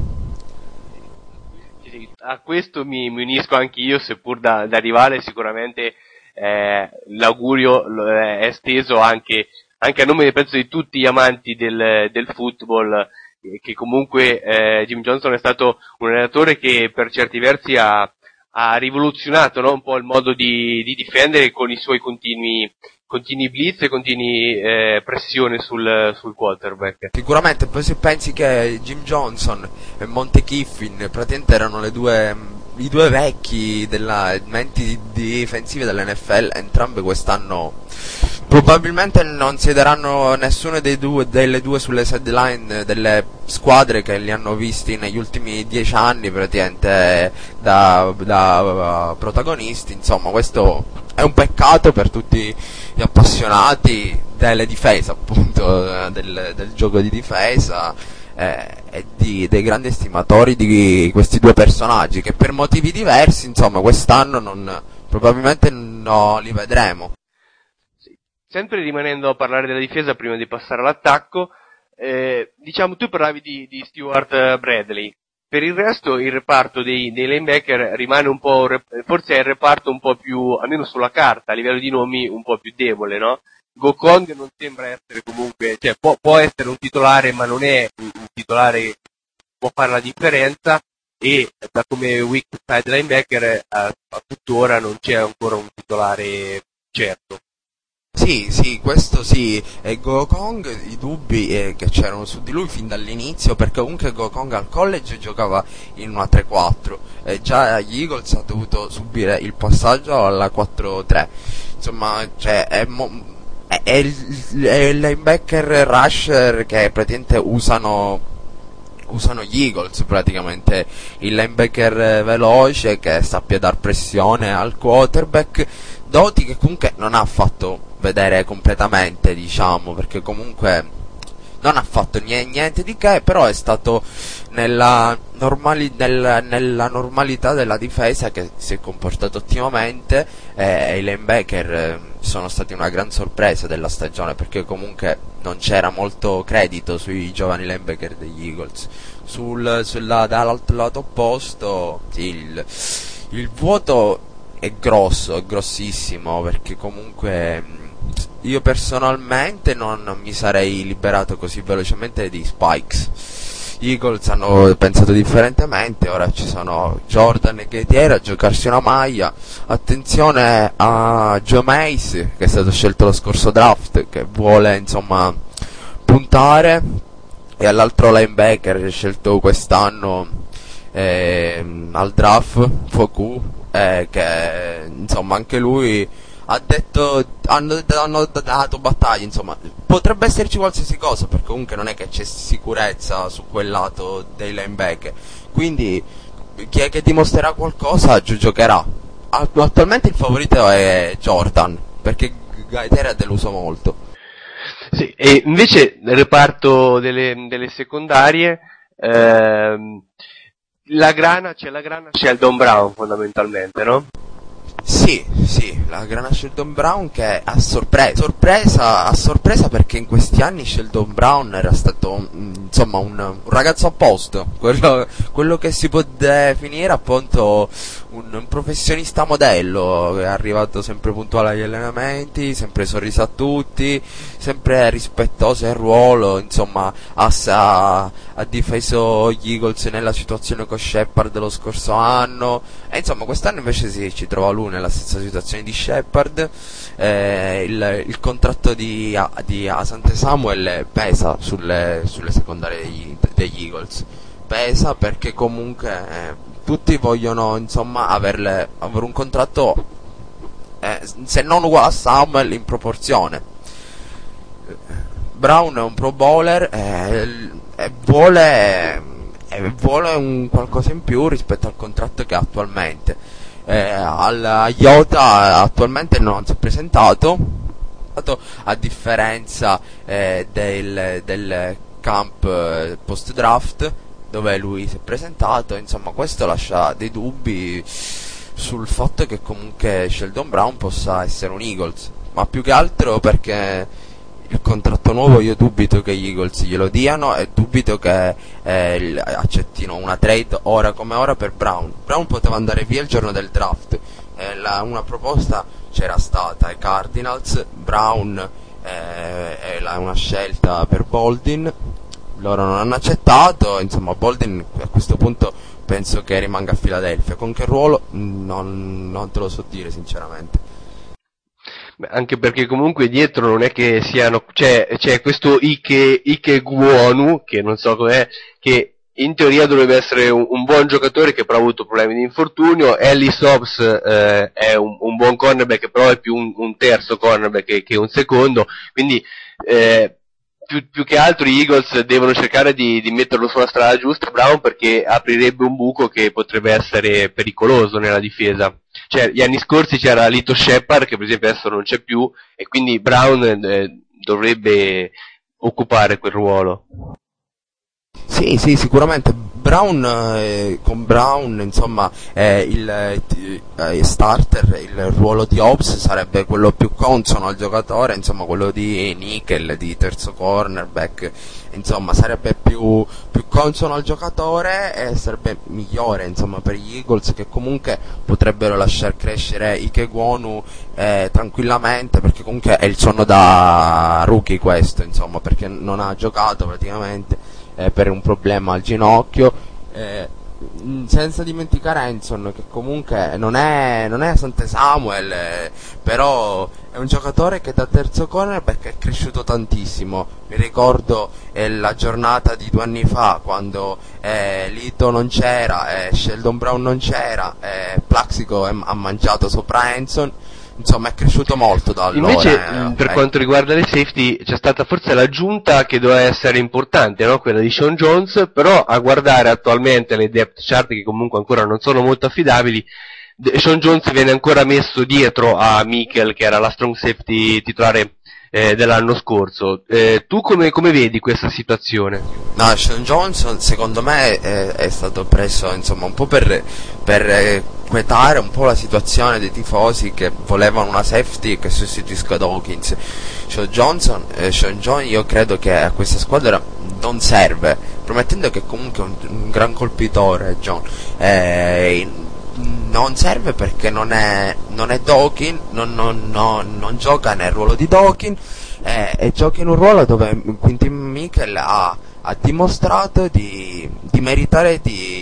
A questo mi, mi unisco anche io, seppur da, da rivale. Sicuramente eh, l'augurio è esteso anche, anche a nome, penso, di tutti gli amanti del, del football, eh, che comunque eh, Jim Johnson è stato un allenatore che per certi versi ha, ha rivoluzionato, no, un po' il modo di, di difendere con i suoi continui continui blitz e continui eh, pressione sul, sul quarterback. Sicuramente, poi se pensi che Jim Johnson e Monte Kiffin praticamente erano le due, i due vecchi della menti difensive dell'N F L, entrambe quest'anno probabilmente non siederanno nessuno dei due, delle due sulle sideline delle squadre che li hanno visti negli ultimi dieci anni praticamente da, da protagonisti. Insomma, questo è un peccato per tutti gli appassionati delle difese, appunto, del, del gioco di difesa, eh, e di, dei grandi estimatori di questi due personaggi che per motivi diversi, insomma, quest'anno non, probabilmente non li vedremo. Sempre rimanendo a parlare della difesa prima di passare all'attacco, eh, diciamo, tu parlavi di, di Stewart Bradley. Per il resto il reparto dei, dei linebacker rimane un po', forse è il reparto un po' più, almeno sulla carta, a livello di nomi, un po' più debole, no? Go Kong non sembra essere comunque, cioè può, può essere un titolare, ma non è un, un titolare che può fare la differenza, e da come weak side linebacker a, a tuttora non c'è ancora un titolare certo. Sì, sì, questo sì, e Go Kong, i dubbi eh, che c'erano su di lui fin dall'inizio, perché comunque Go Kong al college giocava in una tre quattro, e già agli Eagles ha dovuto subire il passaggio alla quattro tre, insomma, cioè, è, mo- è, è, il, è il linebacker rusher che praticamente usano, usano gli Eagles, praticamente, il linebacker veloce che sappia dar pressione al quarterback, doti che comunque non ha fatto vedere completamente, diciamo, perché comunque non ha fatto niente, niente di che, però è stato nella, normali, nel, nella normalità della difesa che si è comportato ottimamente, e i linebacker eh, sono stati una gran sorpresa della stagione, perché comunque non c'era molto credito sui giovani linebacker degli Eagles. Sul, sulla, dall'altro lato opposto il, il vuoto è grosso, è grossissimo, perché comunque io personalmente non, non mi sarei liberato così velocemente di Spikes. Gli Eagles hanno pensato differentemente, ora ci sono Jordan e Gaitier a giocarsi una maglia. Attenzione a Joe Mace, che è stato scelto lo scorso draft, che vuole insomma puntare, e all'altro linebacker scelto quest'anno eh, al draft, Foku, eh, che insomma anche lui ha detto, hanno, hanno dato battaglia, insomma, potrebbe esserci qualsiasi cosa, perché comunque non è che c'è sicurezza su quel lato dei linebacker, quindi chi è che dimostrerà qualcosa giocherà. Attualmente il favorito è Jordan, perché Gaetera ha deluso molto. Sì, e invece nel reparto delle, delle secondarie, ehm, la grana, c'è la grana Sheldon Brown fondamentalmente, no? Sì, sì, la grana Sheldon Brown che a sorpresa, sorpresa, a sorpresa perché in questi anni Sheldon Brown era stato, insomma, un, un ragazzo a posto, quello, quello che si può definire appunto un, un professionista modello, è arrivato sempre puntuale agli allenamenti, sempre sorriso a tutti, sempre rispettoso del ruolo, insomma, ha, ha, ha difeso gli Eagles nella situazione con Shepard lo scorso anno, e insomma quest'anno invece si ci trova lui nella stessa situazione di Shepard. Eh, il, il contratto di, di Asante Samuel pesa sulle, sulle secondarie degli, degli Eagles, pesa perché comunque eh, tutti vogliono insomma averle, avere un contratto eh, se non uguale a Samuel in proporzione. Brown è un pro bowler eh, e vuole, eh, vuole un qualcosa in più rispetto al contratto che ha attualmente. Eh, alla Iota attualmente non si è presentato, a differenza eh, del, del camp eh, post draft dove lui si è presentato. Insomma, questo lascia dei dubbi sul fatto che comunque Sheldon Brown possa essere un Eagles, ma più che altro perché il contratto nuovo io dubito che gli Eagles glielo diano, e dubito che eh, accettino una trade ora come ora per Brown. Brown poteva andare via il giorno del draft, eh, la, una proposta c'era stata ai Cardinals, Brown eh, è la, una scelta per Boldin, loro non hanno accettato, insomma Boldin a questo punto penso che rimanga a Philadelphia. Con che ruolo non, non te lo so dire sinceramente. Beh, anche perché comunque dietro non è che siano, c'è, c'è questo Ike, Ike Guonu, che non so com'è, che in teoria dovrebbe essere un, un buon giocatore che però ha avuto problemi di infortunio. Ellis Hobbs eh, è un, un buon cornerback, però è più un, un terzo cornerback che, che un secondo, quindi eh, più, più che altro gli Eagles devono cercare di, di metterlo sulla strada giusta Brown, perché aprirebbe un buco che potrebbe essere pericoloso nella difesa. Cioè, gli anni scorsi c'era Lito Shepard, che per esempio adesso non c'è più, e quindi Brown eh, dovrebbe occupare quel ruolo. Sì, sì, sicuramente Brown, eh, con Brown, insomma, eh, il eh, starter, il ruolo di Hobbs sarebbe quello più consono al giocatore, insomma, quello di nickel, di terzo cornerback, insomma, sarebbe più, più consono al giocatore e sarebbe migliore, insomma, per gli Eagles, che comunque potrebbero lasciar crescere Ike Guonu eh, tranquillamente, perché comunque è il sonno da rookie questo, insomma, perché non ha giocato praticamente. Eh, per un problema al ginocchio, eh, senza dimenticare Hanson, che comunque non è, non è Asante Samuel, eh, però è un giocatore che da terzo cornerback è cresciuto tantissimo. Mi ricordo eh, la giornata di due anni fa quando eh, Lito non c'era, eh, Sheldon Brown non c'era, eh, Plaxico è, ha mangiato sopra Hanson. Insomma, è cresciuto molto da allora. Invece, eh, per eh. quanto riguarda le safety, c'è stata forse l'aggiunta che doveva essere importante, no? Quella di Sean Jones, però a guardare attualmente le depth chart, che comunque ancora non sono molto affidabili, Sean Jones viene ancora messo dietro a Michael, che era la strong safety titolare eh, dell'anno scorso. Eh, tu come, come vedi questa situazione? No, Sean Johnson secondo me è, è stato preso, insomma, un po' per, per eh, quietare un po' la situazione dei tifosi che volevano una safety che sostituisca Dawkins. Sean Johnson, eh, Sean John, io credo che a questa squadra non serve, promettendo che comunque è un, un gran colpitore, John. Eh, non serve perché non è, non è Dawkins, non, non, non, non gioca nel ruolo di Dawkins, eh, e gioca in un ruolo dove Quintin Michael ha, ha dimostrato di, di meritare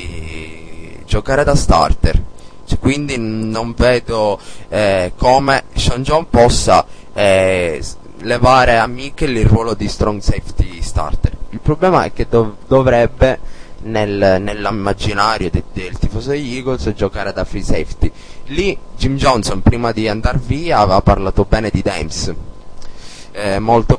di giocare da starter. Cioè, quindi non vedo eh, come Sean John possa eh, levare a Michael il ruolo di strong safety starter. Il problema è che dov- dovrebbe nel, nell'immaginario de- del tifoso degli Eagles giocare da free safety. Lì Jim Johnson prima di andare via aveva parlato bene di Dames, eh, molto,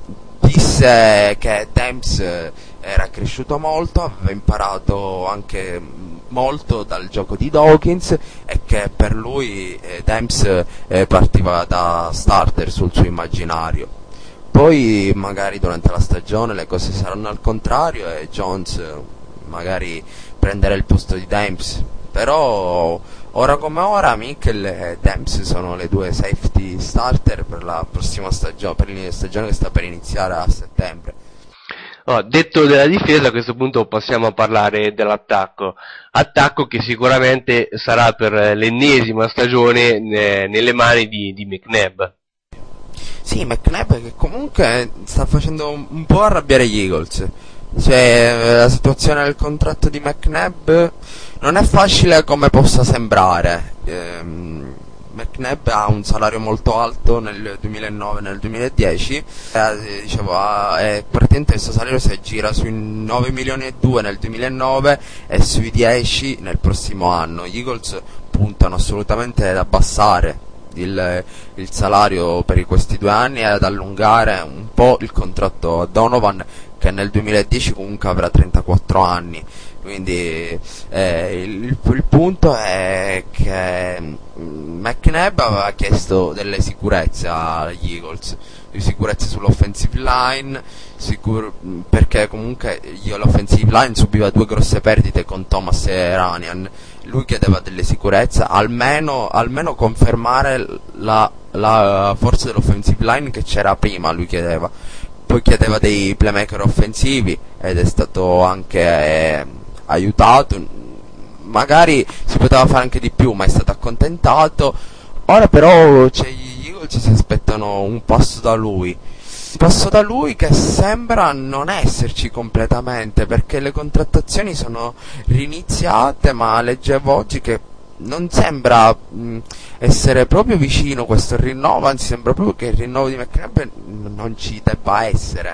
disse che Dames era cresciuto molto, aveva imparato anche molto dal gioco di Dawkins, e che per lui eh, Dames eh, partiva da starter sul suo immaginario. Poi magari durante la stagione le cose saranno al contrario e Jones magari prenderà il posto di Dames, però ora come ora Mikkel e Dempsey sono le due safety starter per la prossima stagione, per la stagione che sta per iniziare a settembre. Oh, detto della difesa, a questo punto passiamo a parlare dell'attacco. Attacco che sicuramente sarà per l'ennesima stagione ne, nelle mani di, di McNabb. Sì, McNabb che comunque sta facendo un, un po' arrabbiare gli Eagles. Cioè, la situazione del contratto di McNabb non è facile come possa sembrare. Ehm, McNabb ha un salario molto alto nel duemilanove e nel duemiladieci, eh, dicevo, ha, è, praticamente questo salario si aggira sui nove milioni e due nel duemilanove e sui dieci nel prossimo anno. Gli Eagles puntano assolutamente ad abbassare il, il salario per questi due anni e ad allungare un po' il contratto a Donovan, che nel duemiladieci comunque avrà trentaquattro anni. Quindi eh, il, il punto è che McNabb aveva chiesto delle sicurezze agli Eagles, di sicurezze sull'offensive line, sicur- perché comunque io, l'offensive line subiva due grosse perdite con Thomas e Ranian. Lui chiedeva delle sicurezze, almeno, almeno confermare la, la forza dell'offensive line che c'era prima, lui chiedeva. Poi chiedeva dei playmaker offensivi ed è stato anche eh, aiutato, magari si poteva fare anche di più, ma è stato accontentato. Ora però cioè, gli Eagles si aspettano un passo da lui, un passo da lui che sembra non esserci completamente, perché le contrattazioni sono riniziate, ma leggevo oggi che non sembra mh, essere proprio vicino questo rinnovo, anzi sembra proprio che il rinnovo di McNabb non ci debba essere.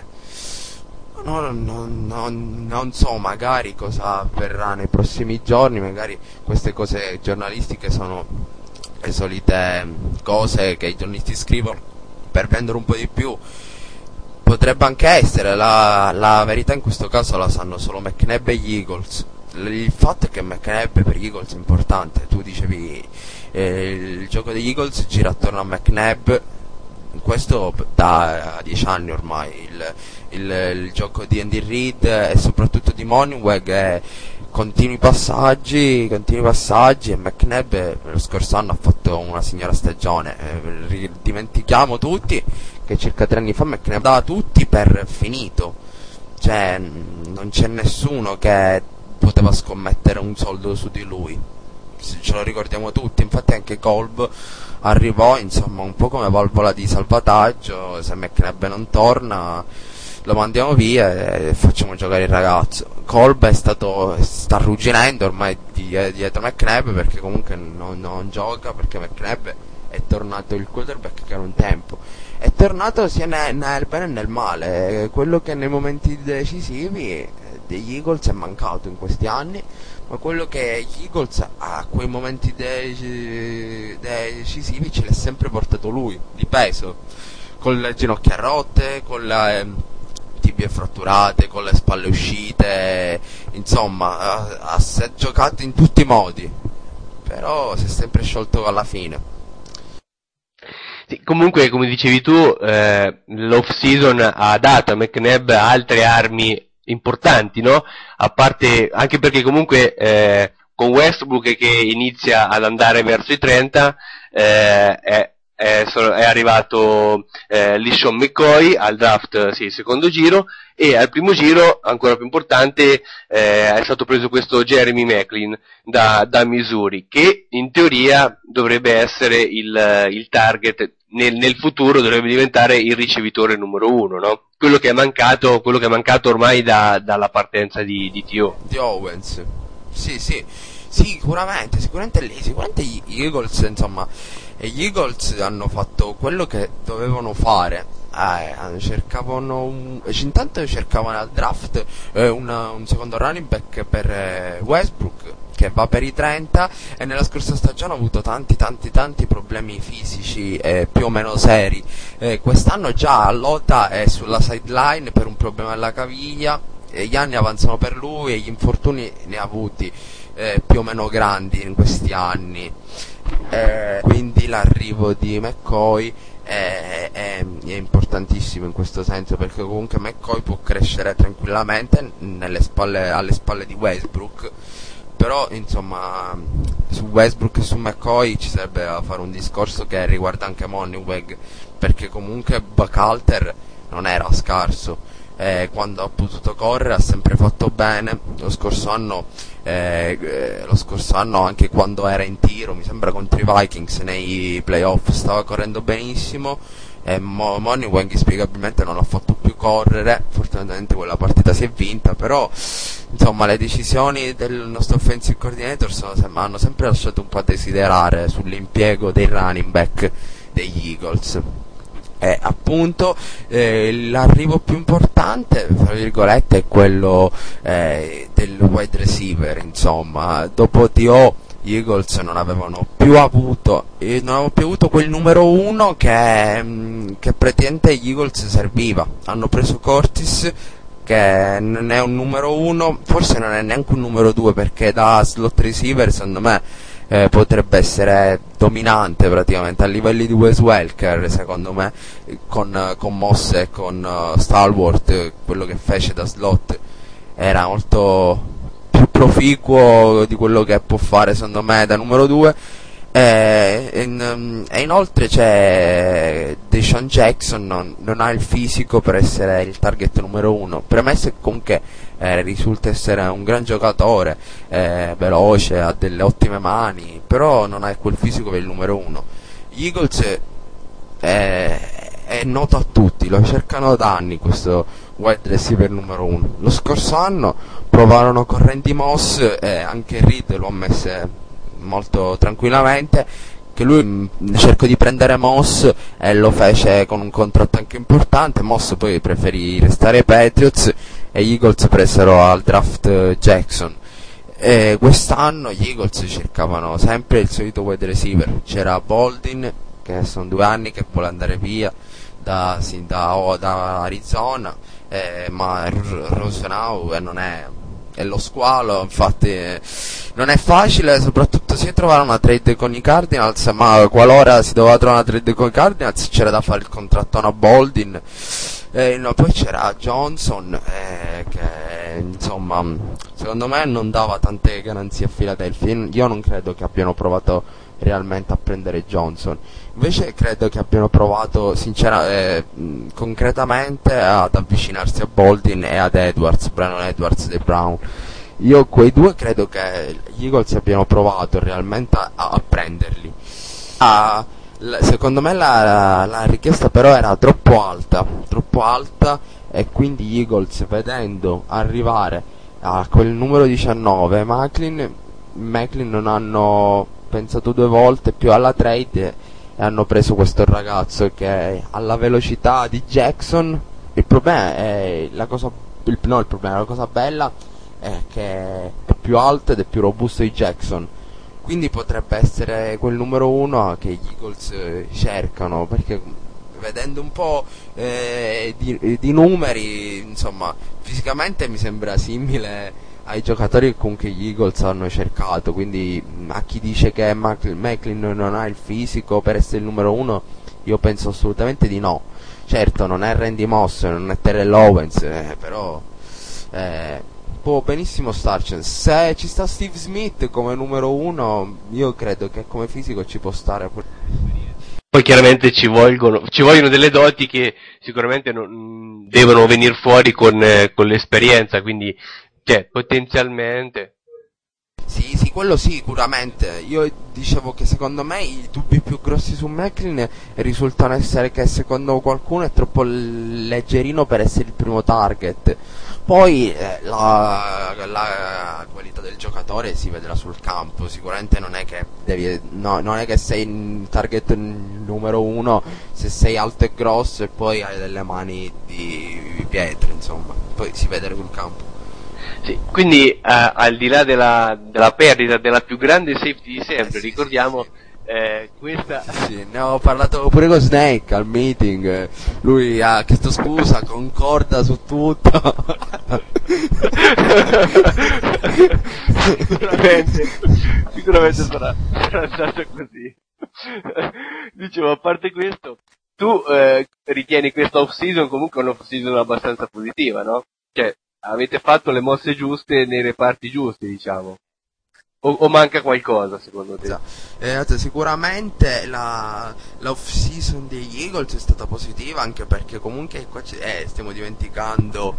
Non, non, non, non so magari cosa avverrà nei prossimi giorni, magari queste cose giornalistiche sono le solite cose che i giornalisti scrivono per vendere un po' di più. Potrebbe anche essere, la, la verità in questo caso la sanno solo McNabb e gli Eagles. Il fatto è che McNabb per gli Eagles è importante. Tu dicevi eh, il gioco degli Eagles gira attorno a McNabb, questo da dieci anni ormai. Il, il, il gioco di Andy Reid e soprattutto di Monweg è continui passaggi, continui passaggi, e McNabb lo scorso anno ha fatto una signora stagione. Eh, dimentichiamo tutti che circa tre anni fa McNabb dava tutti per finito, cioè non c'è nessuno che poteva scommettere un soldo su di lui, ce lo ricordiamo tutti. Infatti anche Kolb arrivò insomma un po' come valvola di salvataggio, se McNabb non torna lo mandiamo via e facciamo giocare il ragazzo. Kolb è stato, sta arrugginendo ormai dietro McNabb, perché comunque non, non gioca, perché McNabb è tornato il quarterback che era un tempo, è tornato sia nel, nel bene e nel male, quello che nei momenti decisivi degli Eagles è mancato in questi anni, ma quello che gli Eagles a quei momenti de- decisivi ce l'ha sempre portato lui, di peso, con le ginocchia rotte, con le eh, tibie fratturate, con le spalle uscite, insomma ha, ha, si è giocato in tutti i modi, però si è sempre sciolto alla fine. Sì, comunque, come dicevi tu, eh, l'off season ha dato a McNabb altre armi importanti, no? A parte, anche perché comunque eh, con Westbrook che inizia ad andare verso i trenta, eh, è, è, è arrivato eh, LeSean McCoy al draft, sì, secondo giro, e al primo giro, ancora più importante, eh, è stato preso questo Jeremy Maclin da, da Missouri, che in teoria dovrebbe essere il, il target. Nel, nel futuro dovrebbe diventare il ricevitore numero uno, no? Quello che è mancato, quello che è mancato ormai da, dalla partenza di, di T O. Di Owens. Sì, sì, sicuramente, sicuramente lì, sicuramente gli Eagles, insomma, e gli Eagles hanno fatto quello che dovevano fare. Eh, cercavano un, intanto cercavano al draft eh, una, un secondo running back per eh, Westbrook, che va per i trenta, e nella scorsa stagione ha avuto tanti tanti tanti problemi fisici eh, più o meno seri. Eh, quest'anno già a lotta è sulla sideline per un problema alla caviglia, e gli anni avanzano per lui e gli infortuni ne ha avuti eh, più o meno grandi in questi anni. Eh, quindi l'arrivo di McCoy è, è, è importantissimo in questo senso, perché comunque McCoy può crescere tranquillamente nelle spalle, alle spalle di Westbrook, Però insomma su Westbrook e su McCoy ci sarebbe da fare un discorso che riguarda anche Moneyweg, perché comunque Buckhalter non era scarso, eh, quando ha potuto correre ha sempre fatto bene. Lo scorso anno eh, eh, lo scorso anno anche quando era in tiro, mi sembra contro i Vikings nei playoff, stava correndo benissimo. E Mo- Moneyweg inspiegabilmente non l'ha fatto più correre, fortunatamente quella partita si è vinta, però insomma le decisioni del nostro offensive coordinator sono, hanno sempre lasciato un po' a desiderare sull'impiego dei running back degli Eagles. E appunto eh, l'arrivo più importante, tra virgolette, è quello eh, del wide receiver. Insomma, dopo T O gli Eagles non avevano più avuto eh, non avevano più avuto quel numero uno che, mh, che praticamente gli Eagles serviva. Hanno preso Curtis, che non è un numero uno, forse non è neanche un numero due, perché da slot receiver secondo me eh, potrebbe essere dominante praticamente a livelli di Wes Welker, secondo me, con, con Moss e con uh, Stalwart. Quello che fece da slot era molto più proficuo di quello che può fare secondo me da numero due. E, in, e inoltre c'è Deshaun Jackson, non, non ha il fisico per essere il target numero uno, premesso che comunque eh, risulta essere un gran giocatore, eh, veloce, ha delle ottime mani, però non ha quel fisico per il numero uno. Gli Eagles è, è noto a tutti, lo cercano da anni questo wide receiver numero uno. Lo scorso anno provarono con Randy Moss e anche Reed lo ammesse molto tranquillamente che lui mh, cercò di prendere Moss e lo fece con un contratto anche importante. Moss poi preferì restare ai Patriots e gli Eagles presero al draft Jackson. E quest'anno gli Eagles cercavano sempre il solito wide receiver. C'era Boldin, che sono due anni che vuole andare via da, sì, da, oh, da Arizona, eh, ma Rosenau eh, non è è lo squalo, infatti eh, non è facile, soprattutto se trovare una trade con i Cardinals, ma qualora si doveva trovare una trade con i Cardinals c'era da fare il contratto a Boldin. Eh, no, poi c'era Johnson eh, che insomma secondo me non dava tante garanzie a Philadelphia. Io non credo che abbiano provato realmente a prendere Johnson, invece credo che abbiano provato sinceramente eh, concretamente ad avvicinarsi a Boldin e ad Edwards, Brandon Edwards dei Brown. Io quei due credo che gli Eagles abbiano provato realmente a, a prenderli. Ah, l- secondo me la, la richiesta però era troppo alta, troppo alta, e quindi gli Eagles, vedendo arrivare a quel numero diciannove Macklin, Macklin non hanno pensato due volte più alla trade e hanno preso questo ragazzo che alla velocità di Jackson. Il problema è la cosa il, no il problema la cosa bella è che è più alto ed è più robusto di Jackson, quindi potrebbe essere quel numero uno che gli Eagles eh, cercano, perché vedendo un po' eh, di, di numeri, insomma, fisicamente mi sembra simile ai giocatori che comunque gli Eagles hanno cercato, quindi a chi dice che Macklin non ha il fisico per essere il numero uno, io penso assolutamente di no. Certo, non è Randy Moss, non è Terrell Owens, eh, però eh, può benissimo starci. Se ci sta Steve Smith come numero uno, io credo che come fisico ci può stare. Poi chiaramente ci vogliono, ci vogliono delle doti che sicuramente non, devono venire fuori con, eh, con l'esperienza, quindi cioè, potenzialmente. Sì, sì, quello sicuramente. Io dicevo che secondo me i dubbi più grossi su Macklin risultano essere che secondo qualcuno è troppo leggerino per essere il primo target. Poi eh, la, la qualità del giocatore si vedrà sul campo. Sicuramente non è che devi, no, non è che sei il target numero uno se sei alto e grosso e poi hai delle mani di pietra, insomma. Poi si vede sul campo. Sì, quindi eh, al di là della, della perdita della più grande safety di sempre, eh, sì, ricordiamo sì, sì. Eh, questa... Sì, ne ho parlato pure con Snake al meeting, lui ha chiesto scusa, concorda su tutto. sicuramente, sicuramente sarà, sarà stato così. Dicevo, a parte questo, tu eh, ritieni questa off-season comunque un'off-season abbastanza positiva, no? Cioè, avete fatto le mosse giuste nei reparti giusti, diciamo. O, o manca qualcosa secondo te? Eh, sicuramente la, la off-season degli Eagles è stata positiva, anche perché comunque qua ci- eh, stiamo dimenticando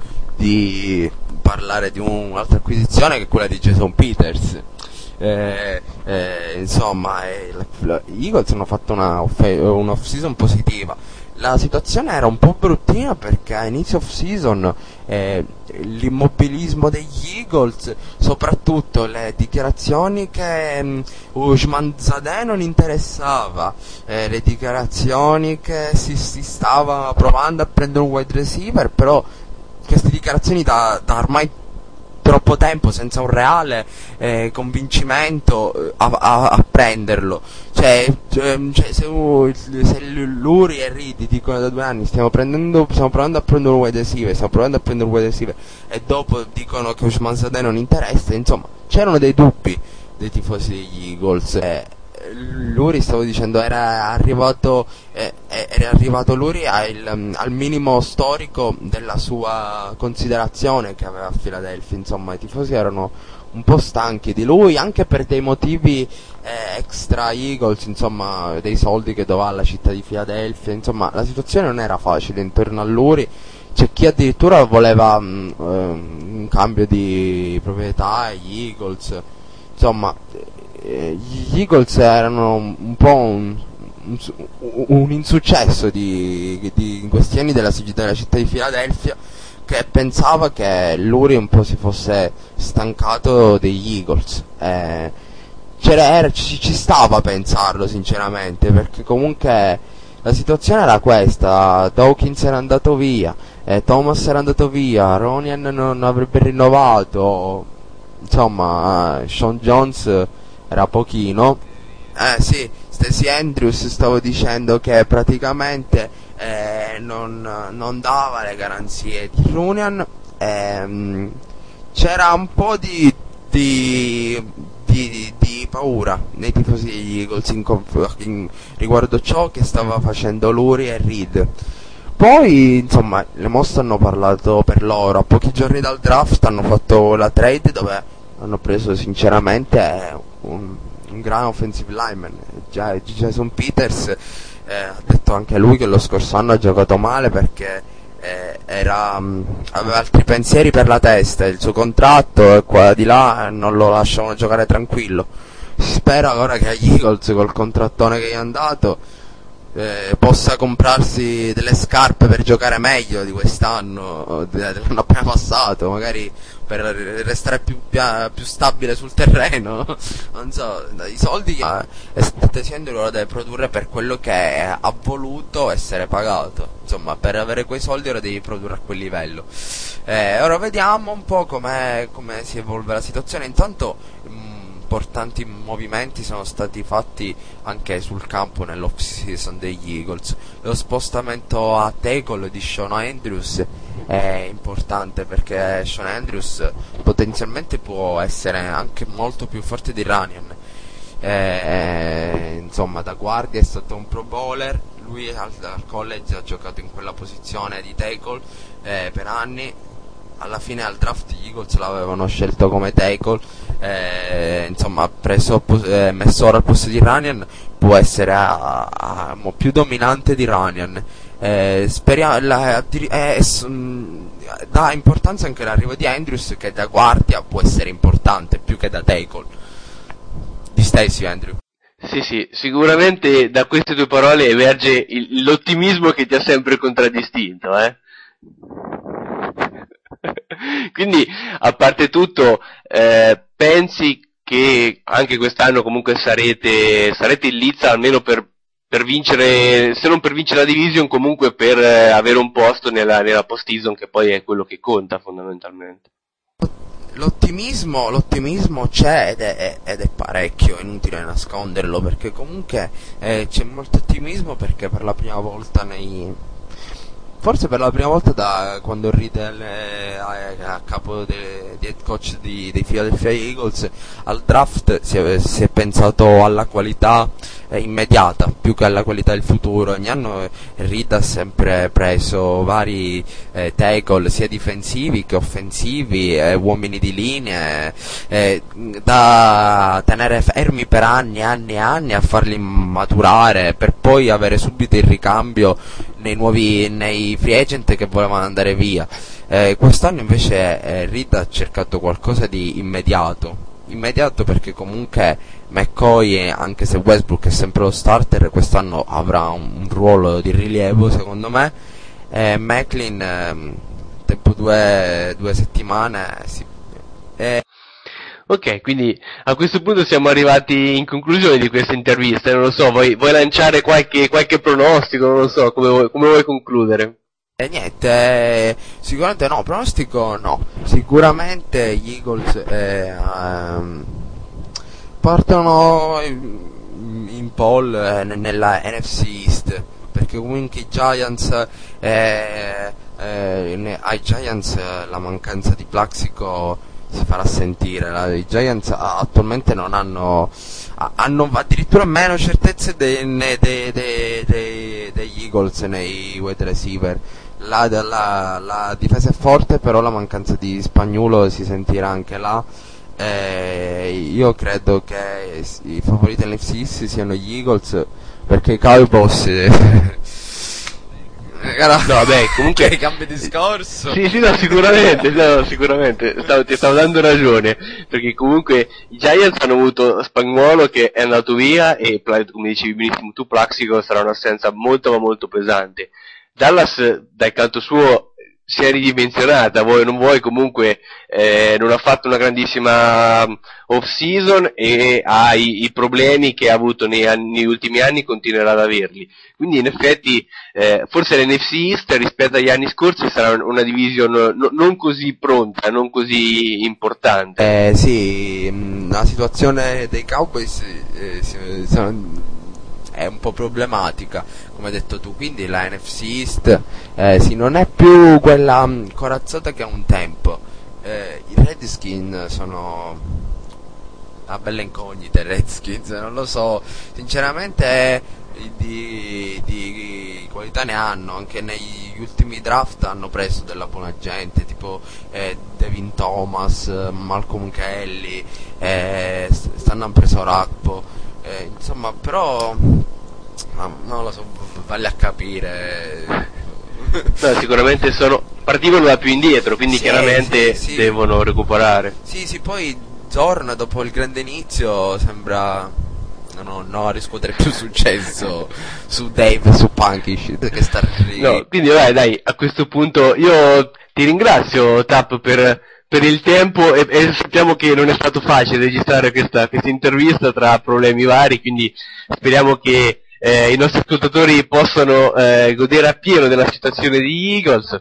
di parlare di un'altra acquisizione che è quella di Jason Peters. Eh, eh, insomma, eh, la- la- gli Eagles hanno fatto una, off- un'off-season positiva. La situazione era un po' bruttina perché a inizio off-season eh, l'immobilismo degli Eagles, soprattutto le dichiarazioni che um, Usman Zadeh non interessava, eh, le dichiarazioni che si, si stava provando a prendere un wide receiver, però queste dichiarazioni da, da ormai troppo tempo senza un reale eh, convincimento eh, a, a, a prenderlo, cioè, cioè, cioè se, uh, se Lurie e Reed dicono da due anni stiamo prendendo stiamo provando a prendere un wide receiver stiamo provando a prendere un wide receiver e dopo dicono che Usman Zadeh non interessa, insomma c'erano dei dubbi dei tifosi degli Eagles. eh, Luri, stavo dicendo, era arrivato eh, era arrivato Luri al, al minimo storico della sua considerazione che aveva a Philadelphia. Insomma, i tifosi erano un po' stanchi di lui, anche per dei motivi eh, extra Eagles, insomma, dei soldi che doveva alla città di Philadelphia. Insomma, la situazione non era facile intorno a Luri. C'è chi addirittura voleva mh, eh, un cambio di proprietà agli Eagles. Insomma, gli Eagles erano un po' un, un, un insuccesso di, di, in questi anni della, della città di Philadelphia, che pensava che Lurie un po' si fosse stancato degli Eagles. Eh, c'era, era, ci, ci stava a pensarlo sinceramente, perché comunque la situazione era questa: Dawkins era andato via, eh, Thomas era andato via, Ronian non avrebbe rinnovato, insomma, eh, Sean Jones era pochino. Eh sì, Stacey Andrews, stavo dicendo che praticamente eh, non, non dava le garanzie di Runian. ehm, c'era un po' di, di, di, di paura nei tifosi degli Eagles in, in, riguardo ciò che stava facendo Lurie e Reed. Poi insomma le mosse hanno parlato per loro. A pochi giorni dal draft hanno fatto la trade dove hanno preso sinceramente un, un gran offensive lineman. Già, Jason Peters eh, ha detto anche lui che lo scorso anno ha giocato male perché eh, era, mh, aveva altri pensieri per la testa, il suo contratto e qua di là non lo lasciavano giocare tranquillo. Si spera ora che agli Eagles, col contrattone che gli hanno dato, eh, possa comprarsi delle scarpe per giocare meglio di quest'anno, dell'anno appena passato, magari per restare più, più stabile sul terreno. Non so, i soldi che Stacey ora deve produrre per quello che ha voluto essere pagato. Insomma, per avere quei soldi ora devi produrre a quel livello. Eh, ora vediamo un po' come si evolve la situazione. Intanto importanti movimenti sono stati fatti anche sul campo nell'off season degli Eagles. Lo spostamento a tackle di Sean Andrews è importante perché Sean Andrews potenzialmente può essere anche molto più forte di Runian. Eh, insomma, da guardia è stato un pro bowler, lui al, al college ha giocato in quella posizione di tackle eh, per anni. Alla fine al draft gli Eagles l'avevano scelto come tackle, eh, insomma preso, eh, messo ora al posto di Runian, può essere a, a, a, più dominante di Runian. Eh, speriamo, la, eh, mh, dà importanza anche l'arrivo di Andrews, che da guardia può essere importante più che da tackle. Di Stacey Andrew. Sì, sì, sicuramente da queste due parole emerge il, l'ottimismo che ti ha sempre contraddistinto, eh. Quindi, a parte tutto, eh, pensi che anche quest'anno comunque sarete, sarete in lizza almeno per, per vincere, se non per vincere la division, comunque per eh, avere un posto nella, nella post-season, che poi è quello che conta fondamentalmente? L'ottimismo, l'ottimismo c'è ed è, ed è parecchio, è inutile nasconderlo, perché comunque eh, c'è molto ottimismo, perché per la prima volta nei... forse per la prima volta da quando Riddle è a capo de, di head coach di, dei Philadelphia Eagles, al draft si è, si è pensato alla qualità eh, immediata più che alla qualità del futuro. Ogni anno eh, Reed ha sempre preso vari eh, tackle sia difensivi che offensivi, eh, uomini di linea, eh, da tenere fermi per anni e anni e anni, a farli maturare per poi avere subito il ricambio nei nuovi nei free agent che volevano andare via. Eh, quest'anno invece eh, Reed ha cercato qualcosa di immediato immediato perché comunque McCoy, anche se Westbrook è sempre lo starter, quest'anno avrà un, un ruolo di rilievo secondo me. eh, Macklin eh, tempo due, due settimane sì, eh. Ok, quindi a questo punto siamo arrivati in conclusione di questa intervista. Non lo so, vuoi, vuoi lanciare qualche, qualche pronostico? Non lo so, come vuoi, come vuoi concludere? E eh, niente, eh, sicuramente no, pronostico no, sicuramente gli Eagles eh, ehm, partono in, in pole eh, nella N F C East, perché comunque i Giants, eh, eh, ai Giants eh, la mancanza di Plaxico si farà sentire. La, i Giants attualmente non hanno hanno addirittura meno certezze dei, dei, dei, dei, degli Eagles nei wide receiver. La, la, la difesa è forte, però la mancanza di Spagnuolo si sentirà anche là. Eh, io credo che i favoriti dell'N F C siano gli Eagles, perché i Cowboys no, beh, comunque cambio discorso. Sì, sì, no, sicuramente, no, sicuramente. Stavo, ti stavo dando ragione, perché comunque i Giants hanno avuto Spagnuolo che è andato via e, come dicevi benissimo tu, Plaxico sarà un'assenza molto ma molto pesante. Dallas, dal canto suo, si è ridimensionata, vuoi o non vuoi, comunque eh, non ha fatto una grandissima off-season e ha i, i problemi che ha avuto nei, anni, negli ultimi anni, continuerà ad averli. Quindi in effetti eh, forse l'N F C East rispetto agli anni scorsi sarà una division no, non così pronta, non così importante. Eh sì, la situazione dei Cowboys eh, si, si, è un po' problematica, come hai detto tu, quindi la N F C East eh, sì, non è più quella mh, corazzata che ha un tempo. Eh, i Redskins sono una bella incognita, i Redskins, non lo so, sinceramente di, di qualità ne hanno, anche negli ultimi draft hanno preso della buona gente, tipo eh, Devin Thomas, Malcolm Kelly, eh, stanno hanno preso Rakpo. Eh, insomma, però no, non lo so, vale a capire. No, sicuramente sono partivano da più indietro, quindi sì, chiaramente sì, sì. devono recuperare. Sì, sì, poi Zorn dopo il grande inizio sembra no, no, a riscuotere più successo su Dave, su Punkish, che sta lì. No, quindi vai, dai, a questo punto io ti ringrazio, Tap, per per il tempo e, e sappiamo che non è stato facile registrare questa, questa intervista tra problemi vari, quindi speriamo che eh, i nostri ascoltatori possano eh, godere appieno della situazione di Eagles.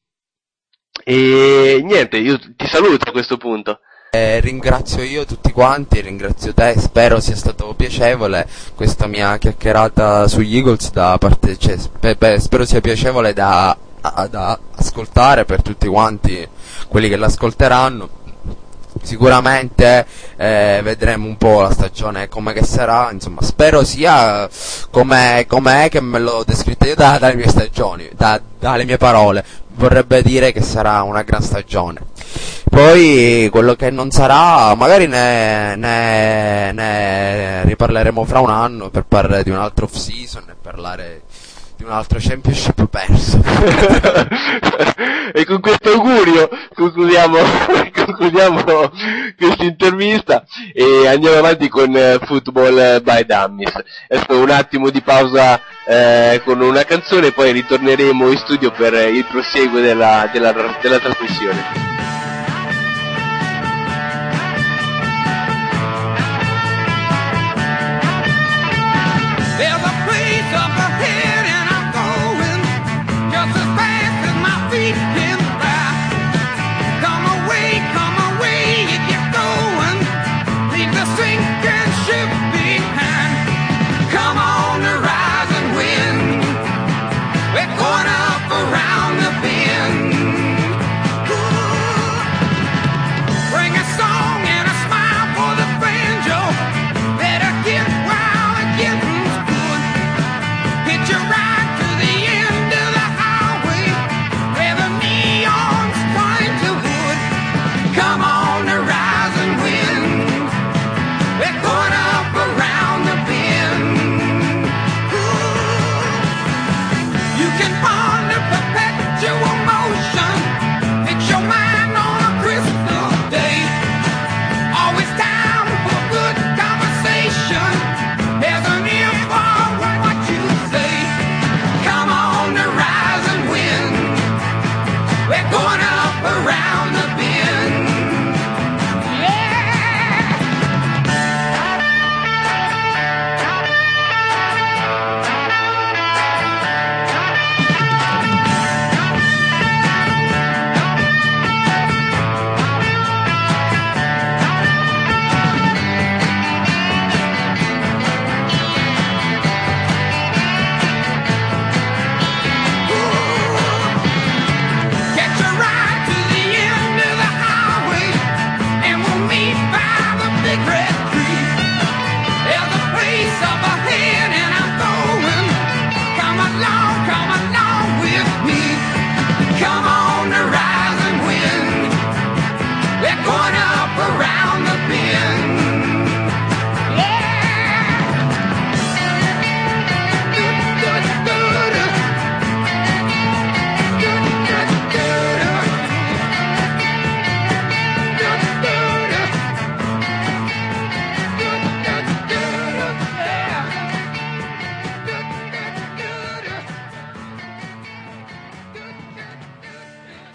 E niente, io ti saluto a questo punto. Eh, ringrazio io tutti quanti, ringrazio te, spero sia stato piacevole questa mia chiacchierata sugli Eagles da parte, cioè, spe, beh, spero sia piacevole da, a, da ascoltare per tutti quanti quelli che l'ascolteranno. Sicuramente eh, vedremo un po' la stagione come che sarà, insomma spero sia come com'è che me l'ho descritto io da, dalle mie stagioni, da, dalle mie parole, vorrebbe dire che sarà una gran stagione. Poi quello che non sarà, magari ne, ne, ne riparleremo fra un anno per parlare di un altro off season e parlare di un altro championship perso. E con questo augurio concludiamo, concludiamo questa intervista e andiamo avanti con eh, Football by Dummies. Adesso un attimo di pausa eh, con una canzone, poi ritorneremo in studio per eh, il proseguo della, della, della trasmissione. Getting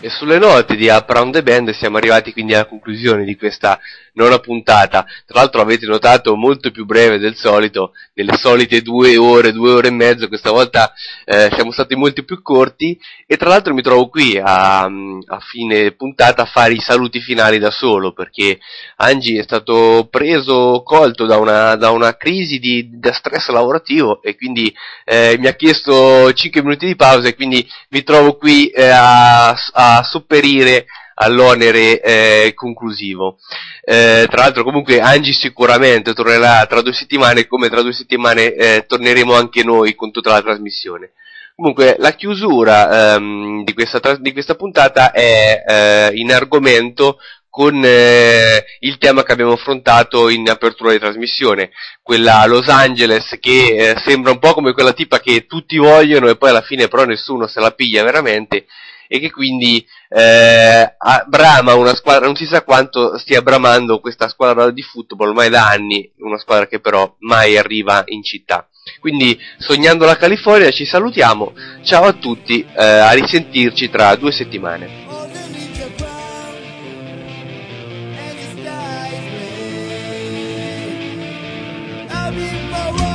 E sulle note di Up Round the Band siamo arrivati quindi alla conclusione di questa nona puntata. Tra l'altro avete notato molto più breve del solito, nelle solite due ore, due ore e mezzo, questa volta eh, siamo stati molto più corti, e tra l'altro mi trovo qui a, a fine puntata a fare i saluti finali da solo, perché Angie è stato preso, colto da una, da una crisi di, da stress lavorativo, e quindi eh, mi ha chiesto cinque minuti di pausa, e quindi mi trovo qui eh, a, a sopperire all'onere eh, conclusivo. Eh, tra l'altro comunque Angie sicuramente tornerà tra due settimane, come tra due settimane eh, torneremo anche noi con tutta la trasmissione. Comunque la chiusura ehm, di, questa tra- di questa puntata è eh, in argomento con eh, il tema che abbiamo affrontato in apertura di trasmissione, quella Los Angeles che eh, sembra un po' come quella tipa che tutti vogliono e poi alla fine però nessuno se la piglia veramente, e che quindi eh, brama una squadra, non si sa quanto stia bramando questa squadra di football ormai da anni, una squadra che però mai arriva in città. Quindi, sognando la California, ci salutiamo, ciao a tutti, eh, a risentirci tra due settimane. I'll be